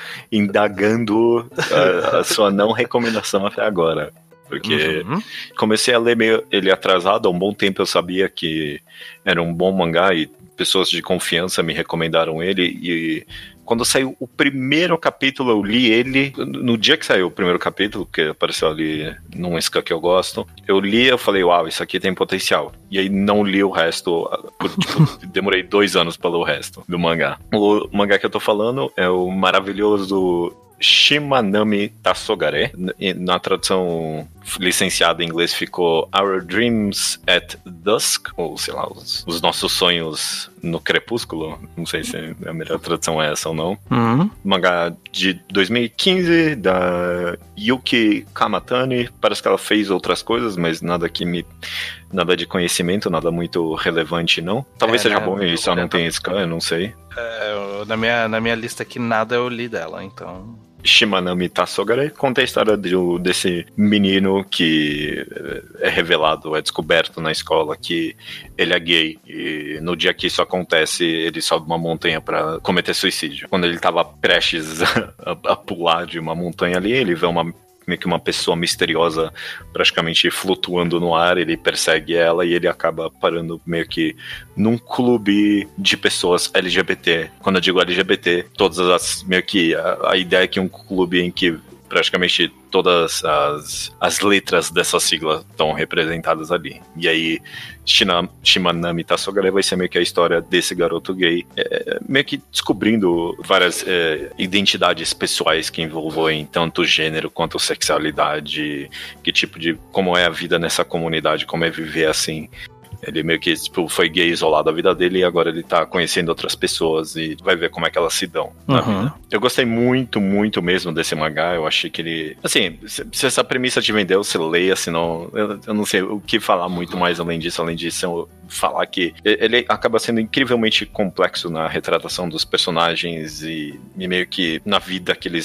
indagando a, a sua não recomendação até agora. Porque Uhum. comecei a ler meio ele atrasado, há um bom tempo eu sabia que era um bom mangá e pessoas de confiança me recomendaram ele, e quando saiu o primeiro capítulo eu li ele, no dia que saiu o primeiro capítulo, porque apareceu ali num scan que eu gosto, eu li e eu falei, uau, isso aqui tem potencial, e aí não li o resto, por, tipo, demorei dois anos para ler o resto do mangá. O mangá que eu tô falando é o maravilhoso Shimanami Tassogare. Na tradução licenciada em inglês ficou Our Dreams at Dusk, ou sei lá, os, os nossos sonhos no crepúsculo. Não sei se a melhor tradução é essa ou não. Uhum. Mangá de dois mil e quinze, da Yuki Kamatani. Parece que ela fez outras coisas, mas nada que me... nada de conhecimento, nada muito relevante, não. Talvez É, seja né? bom e só não tem scan, eu não sei. É, eu- na, minha, na minha lista aqui nada eu li dela, então... Shimanami Tassogare conta a história do, desse menino que é revelado, é descoberto na escola que ele é gay, e no dia que isso acontece ele sobe uma montanha pra cometer suicídio. Quando ele tava prestes a, a pular de uma montanha ali, ele vê uma meio que uma pessoa misteriosa praticamente flutuando no ar, ele persegue ela e ele acaba parando meio que num clube de pessoas L G B T. Quando eu digo L G B T, todas as, meio que a, a ideia é que um clube em que praticamente todas as, as letras dessa sigla estão representadas ali. E aí, Shina, Shimanami Tassogare vai ser meio que a história desse garoto gay, é, meio que descobrindo várias é, identidades pessoais que envolvem tanto gênero quanto sexualidade, que tipo de... como é a vida nessa comunidade, como é viver assim. Ele meio que tipo, foi gay isolado a vida dele e agora ele tá conhecendo outras pessoas e vai ver como é que elas se dão na Uhum. vida. Eu gostei muito, muito mesmo desse mangá. Eu achei que ele... Assim, se, se essa premissa te vendeu, você leia, senão... Eu, eu não sei o que falar muito mais além disso. Além disso, eu falar que ele acaba sendo incrivelmente complexo na retratação dos personagens e, e meio que na vida que eles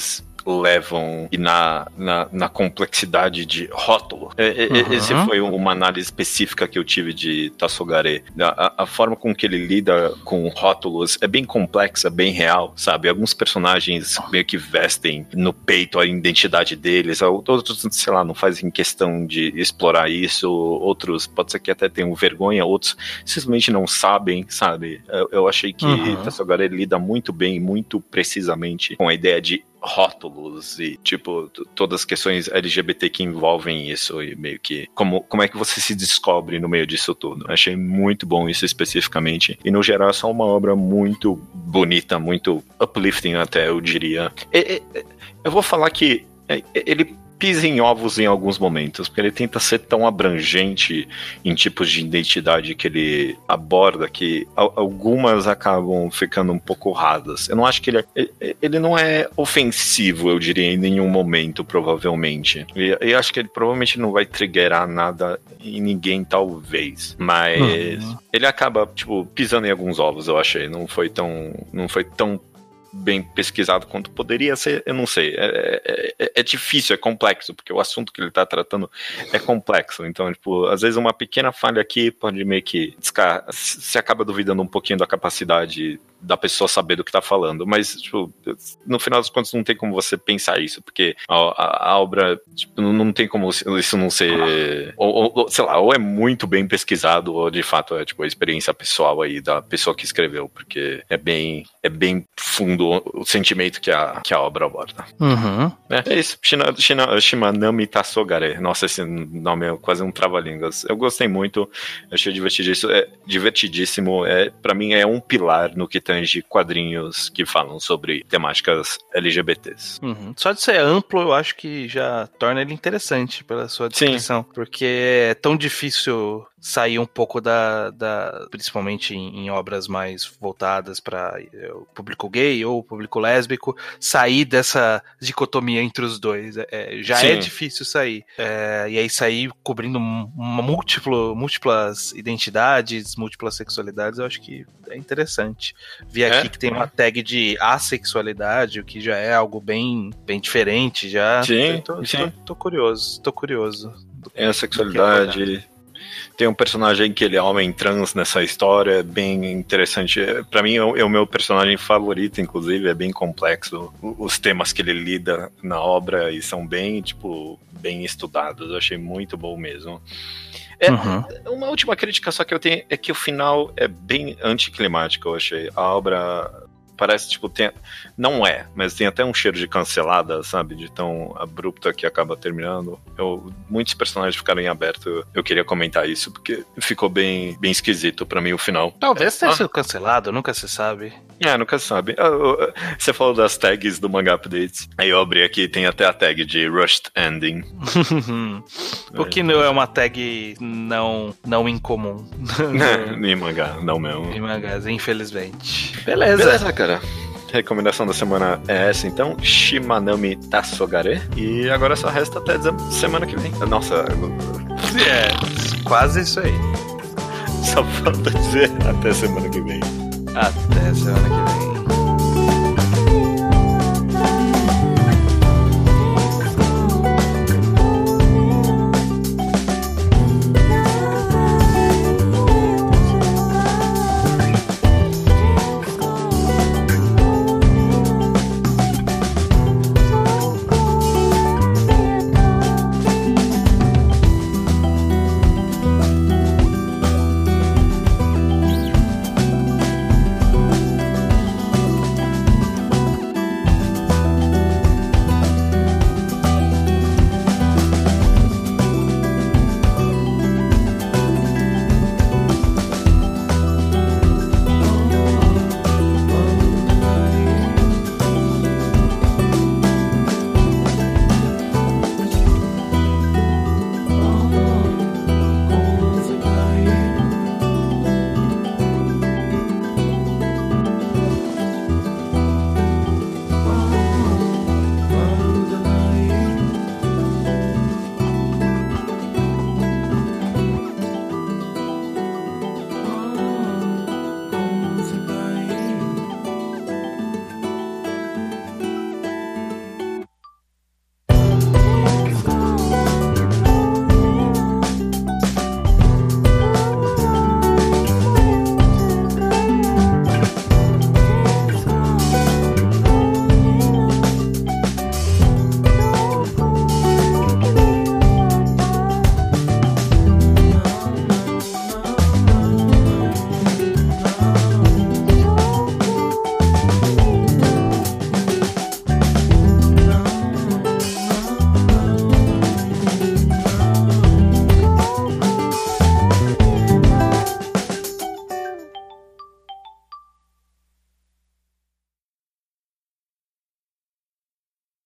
levam e na, na, na complexidade de rótulo. É, uhum. Esse foi uma análise específica que eu tive de Tassogare. A, a forma com que ele lida com rótulos é bem complexa, bem real, sabe? Alguns personagens meio que vestem no peito a identidade deles, outros, sei lá, não fazem questão de explorar isso, outros pode ser que até tenham vergonha, outros simplesmente não sabem, sabe? Eu, eu achei que uhum. Tassogare lida muito bem, muito precisamente com a ideia de rótulos e, tipo, t- todas as questões L G B T que envolvem isso e meio que como, como é que você se descobre no meio disso tudo. Eu achei muito bom isso especificamente e, no geral, é só uma obra muito bonita, muito uplifting até, eu diria. E, e, eu vou falar que ele pisa em ovos em alguns momentos, porque ele tenta ser tão abrangente em tipos de identidade que ele aborda que algumas acabam ficando um pouco rasas. Eu não acho que ele é, ele não é ofensivo, eu diria, em nenhum momento, provavelmente. E eu acho que ele provavelmente não vai triggerar nada em ninguém, talvez. Mas uhum. ele acaba, tipo, pisando em alguns ovos, eu achei. Não foi tão, não foi tão bem pesquisado quanto poderia ser, eu não sei, é, é, é difícil, é complexo, porque o assunto que ele tá tratando é complexo, então, tipo, às vezes uma pequena falha aqui pode meio que descar... se acaba duvidando um pouquinho da capacidade da pessoa saber do que tá falando, mas, tipo, no final das contas não tem como você pensar isso, porque a, a, a obra, tipo, não tem como isso não ser, ou, ou, sei lá, ou é muito bem pesquisado, ou de fato é, tipo, a experiência pessoal aí da pessoa que escreveu, porque é bem, é bem fundo o sentimento que a, que a obra aborda. Uhum. É, é isso, Shina, Shina, Shimanami Tassogare. Nossa, esse nome é quase um trava-línguas. Eu gostei muito, achei divertidíssimo. É, divertidíssimo. É, pra mim é um pilar no que tange quadrinhos que falam sobre temáticas L G B Ts. Uhum. Só de ser amplo, eu acho que já torna ele interessante pela sua descrição. Sim. Porque é tão difícil sair um pouco da, da principalmente em, em obras mais voltadas para o público gay ou o público lésbico, sair dessa dicotomia entre os dois. É, já Sim. é difícil sair. É, e aí sair cobrindo uma múltiplo, múltiplas identidades, múltiplas sexualidades, eu acho que é interessante. Vi aqui é? que tem uma tag de assexualidade, o que já é algo bem, bem diferente. Já. Sim, tô, sim. Tô, tô curioso, tô curioso. É a sexualidade. Tem um personagem que ele é homem trans nessa história, é bem interessante. Pra mim é o meu personagem favorito, inclusive, é bem complexo. Os temas que ele lida na obra e são bem, tipo, bem estudados. Eu achei muito bom mesmo. É, uhum. Uma última crítica só que eu tenho é que o final é bem anticlimático, eu achei. A obra parece, tipo, tem, não é, mas tem até um cheiro de cancelada, sabe? De tão abrupta que acaba terminando. Eu, muitos personagens ficaram em aberto. Eu, eu queria comentar isso, porque ficou bem, bem esquisito pra mim o final. Talvez tenha ah. sido cancelado, nunca se sabe. É, nunca se sabe. Você falou das tags do Manga Updates. Aí eu abri aqui, tem até a tag de Rushed Ending. O que não é uma tag não, não incomum. Em mangá, não mesmo. Em mangás, infelizmente. Beleza. Beleza, cara. Recomendação da semana é essa, então. Shimanami Tassogare. E agora só resta até semana que vem. Nossa. É, quase isso aí. Só falta dizer até semana que vem. Até semana que vem.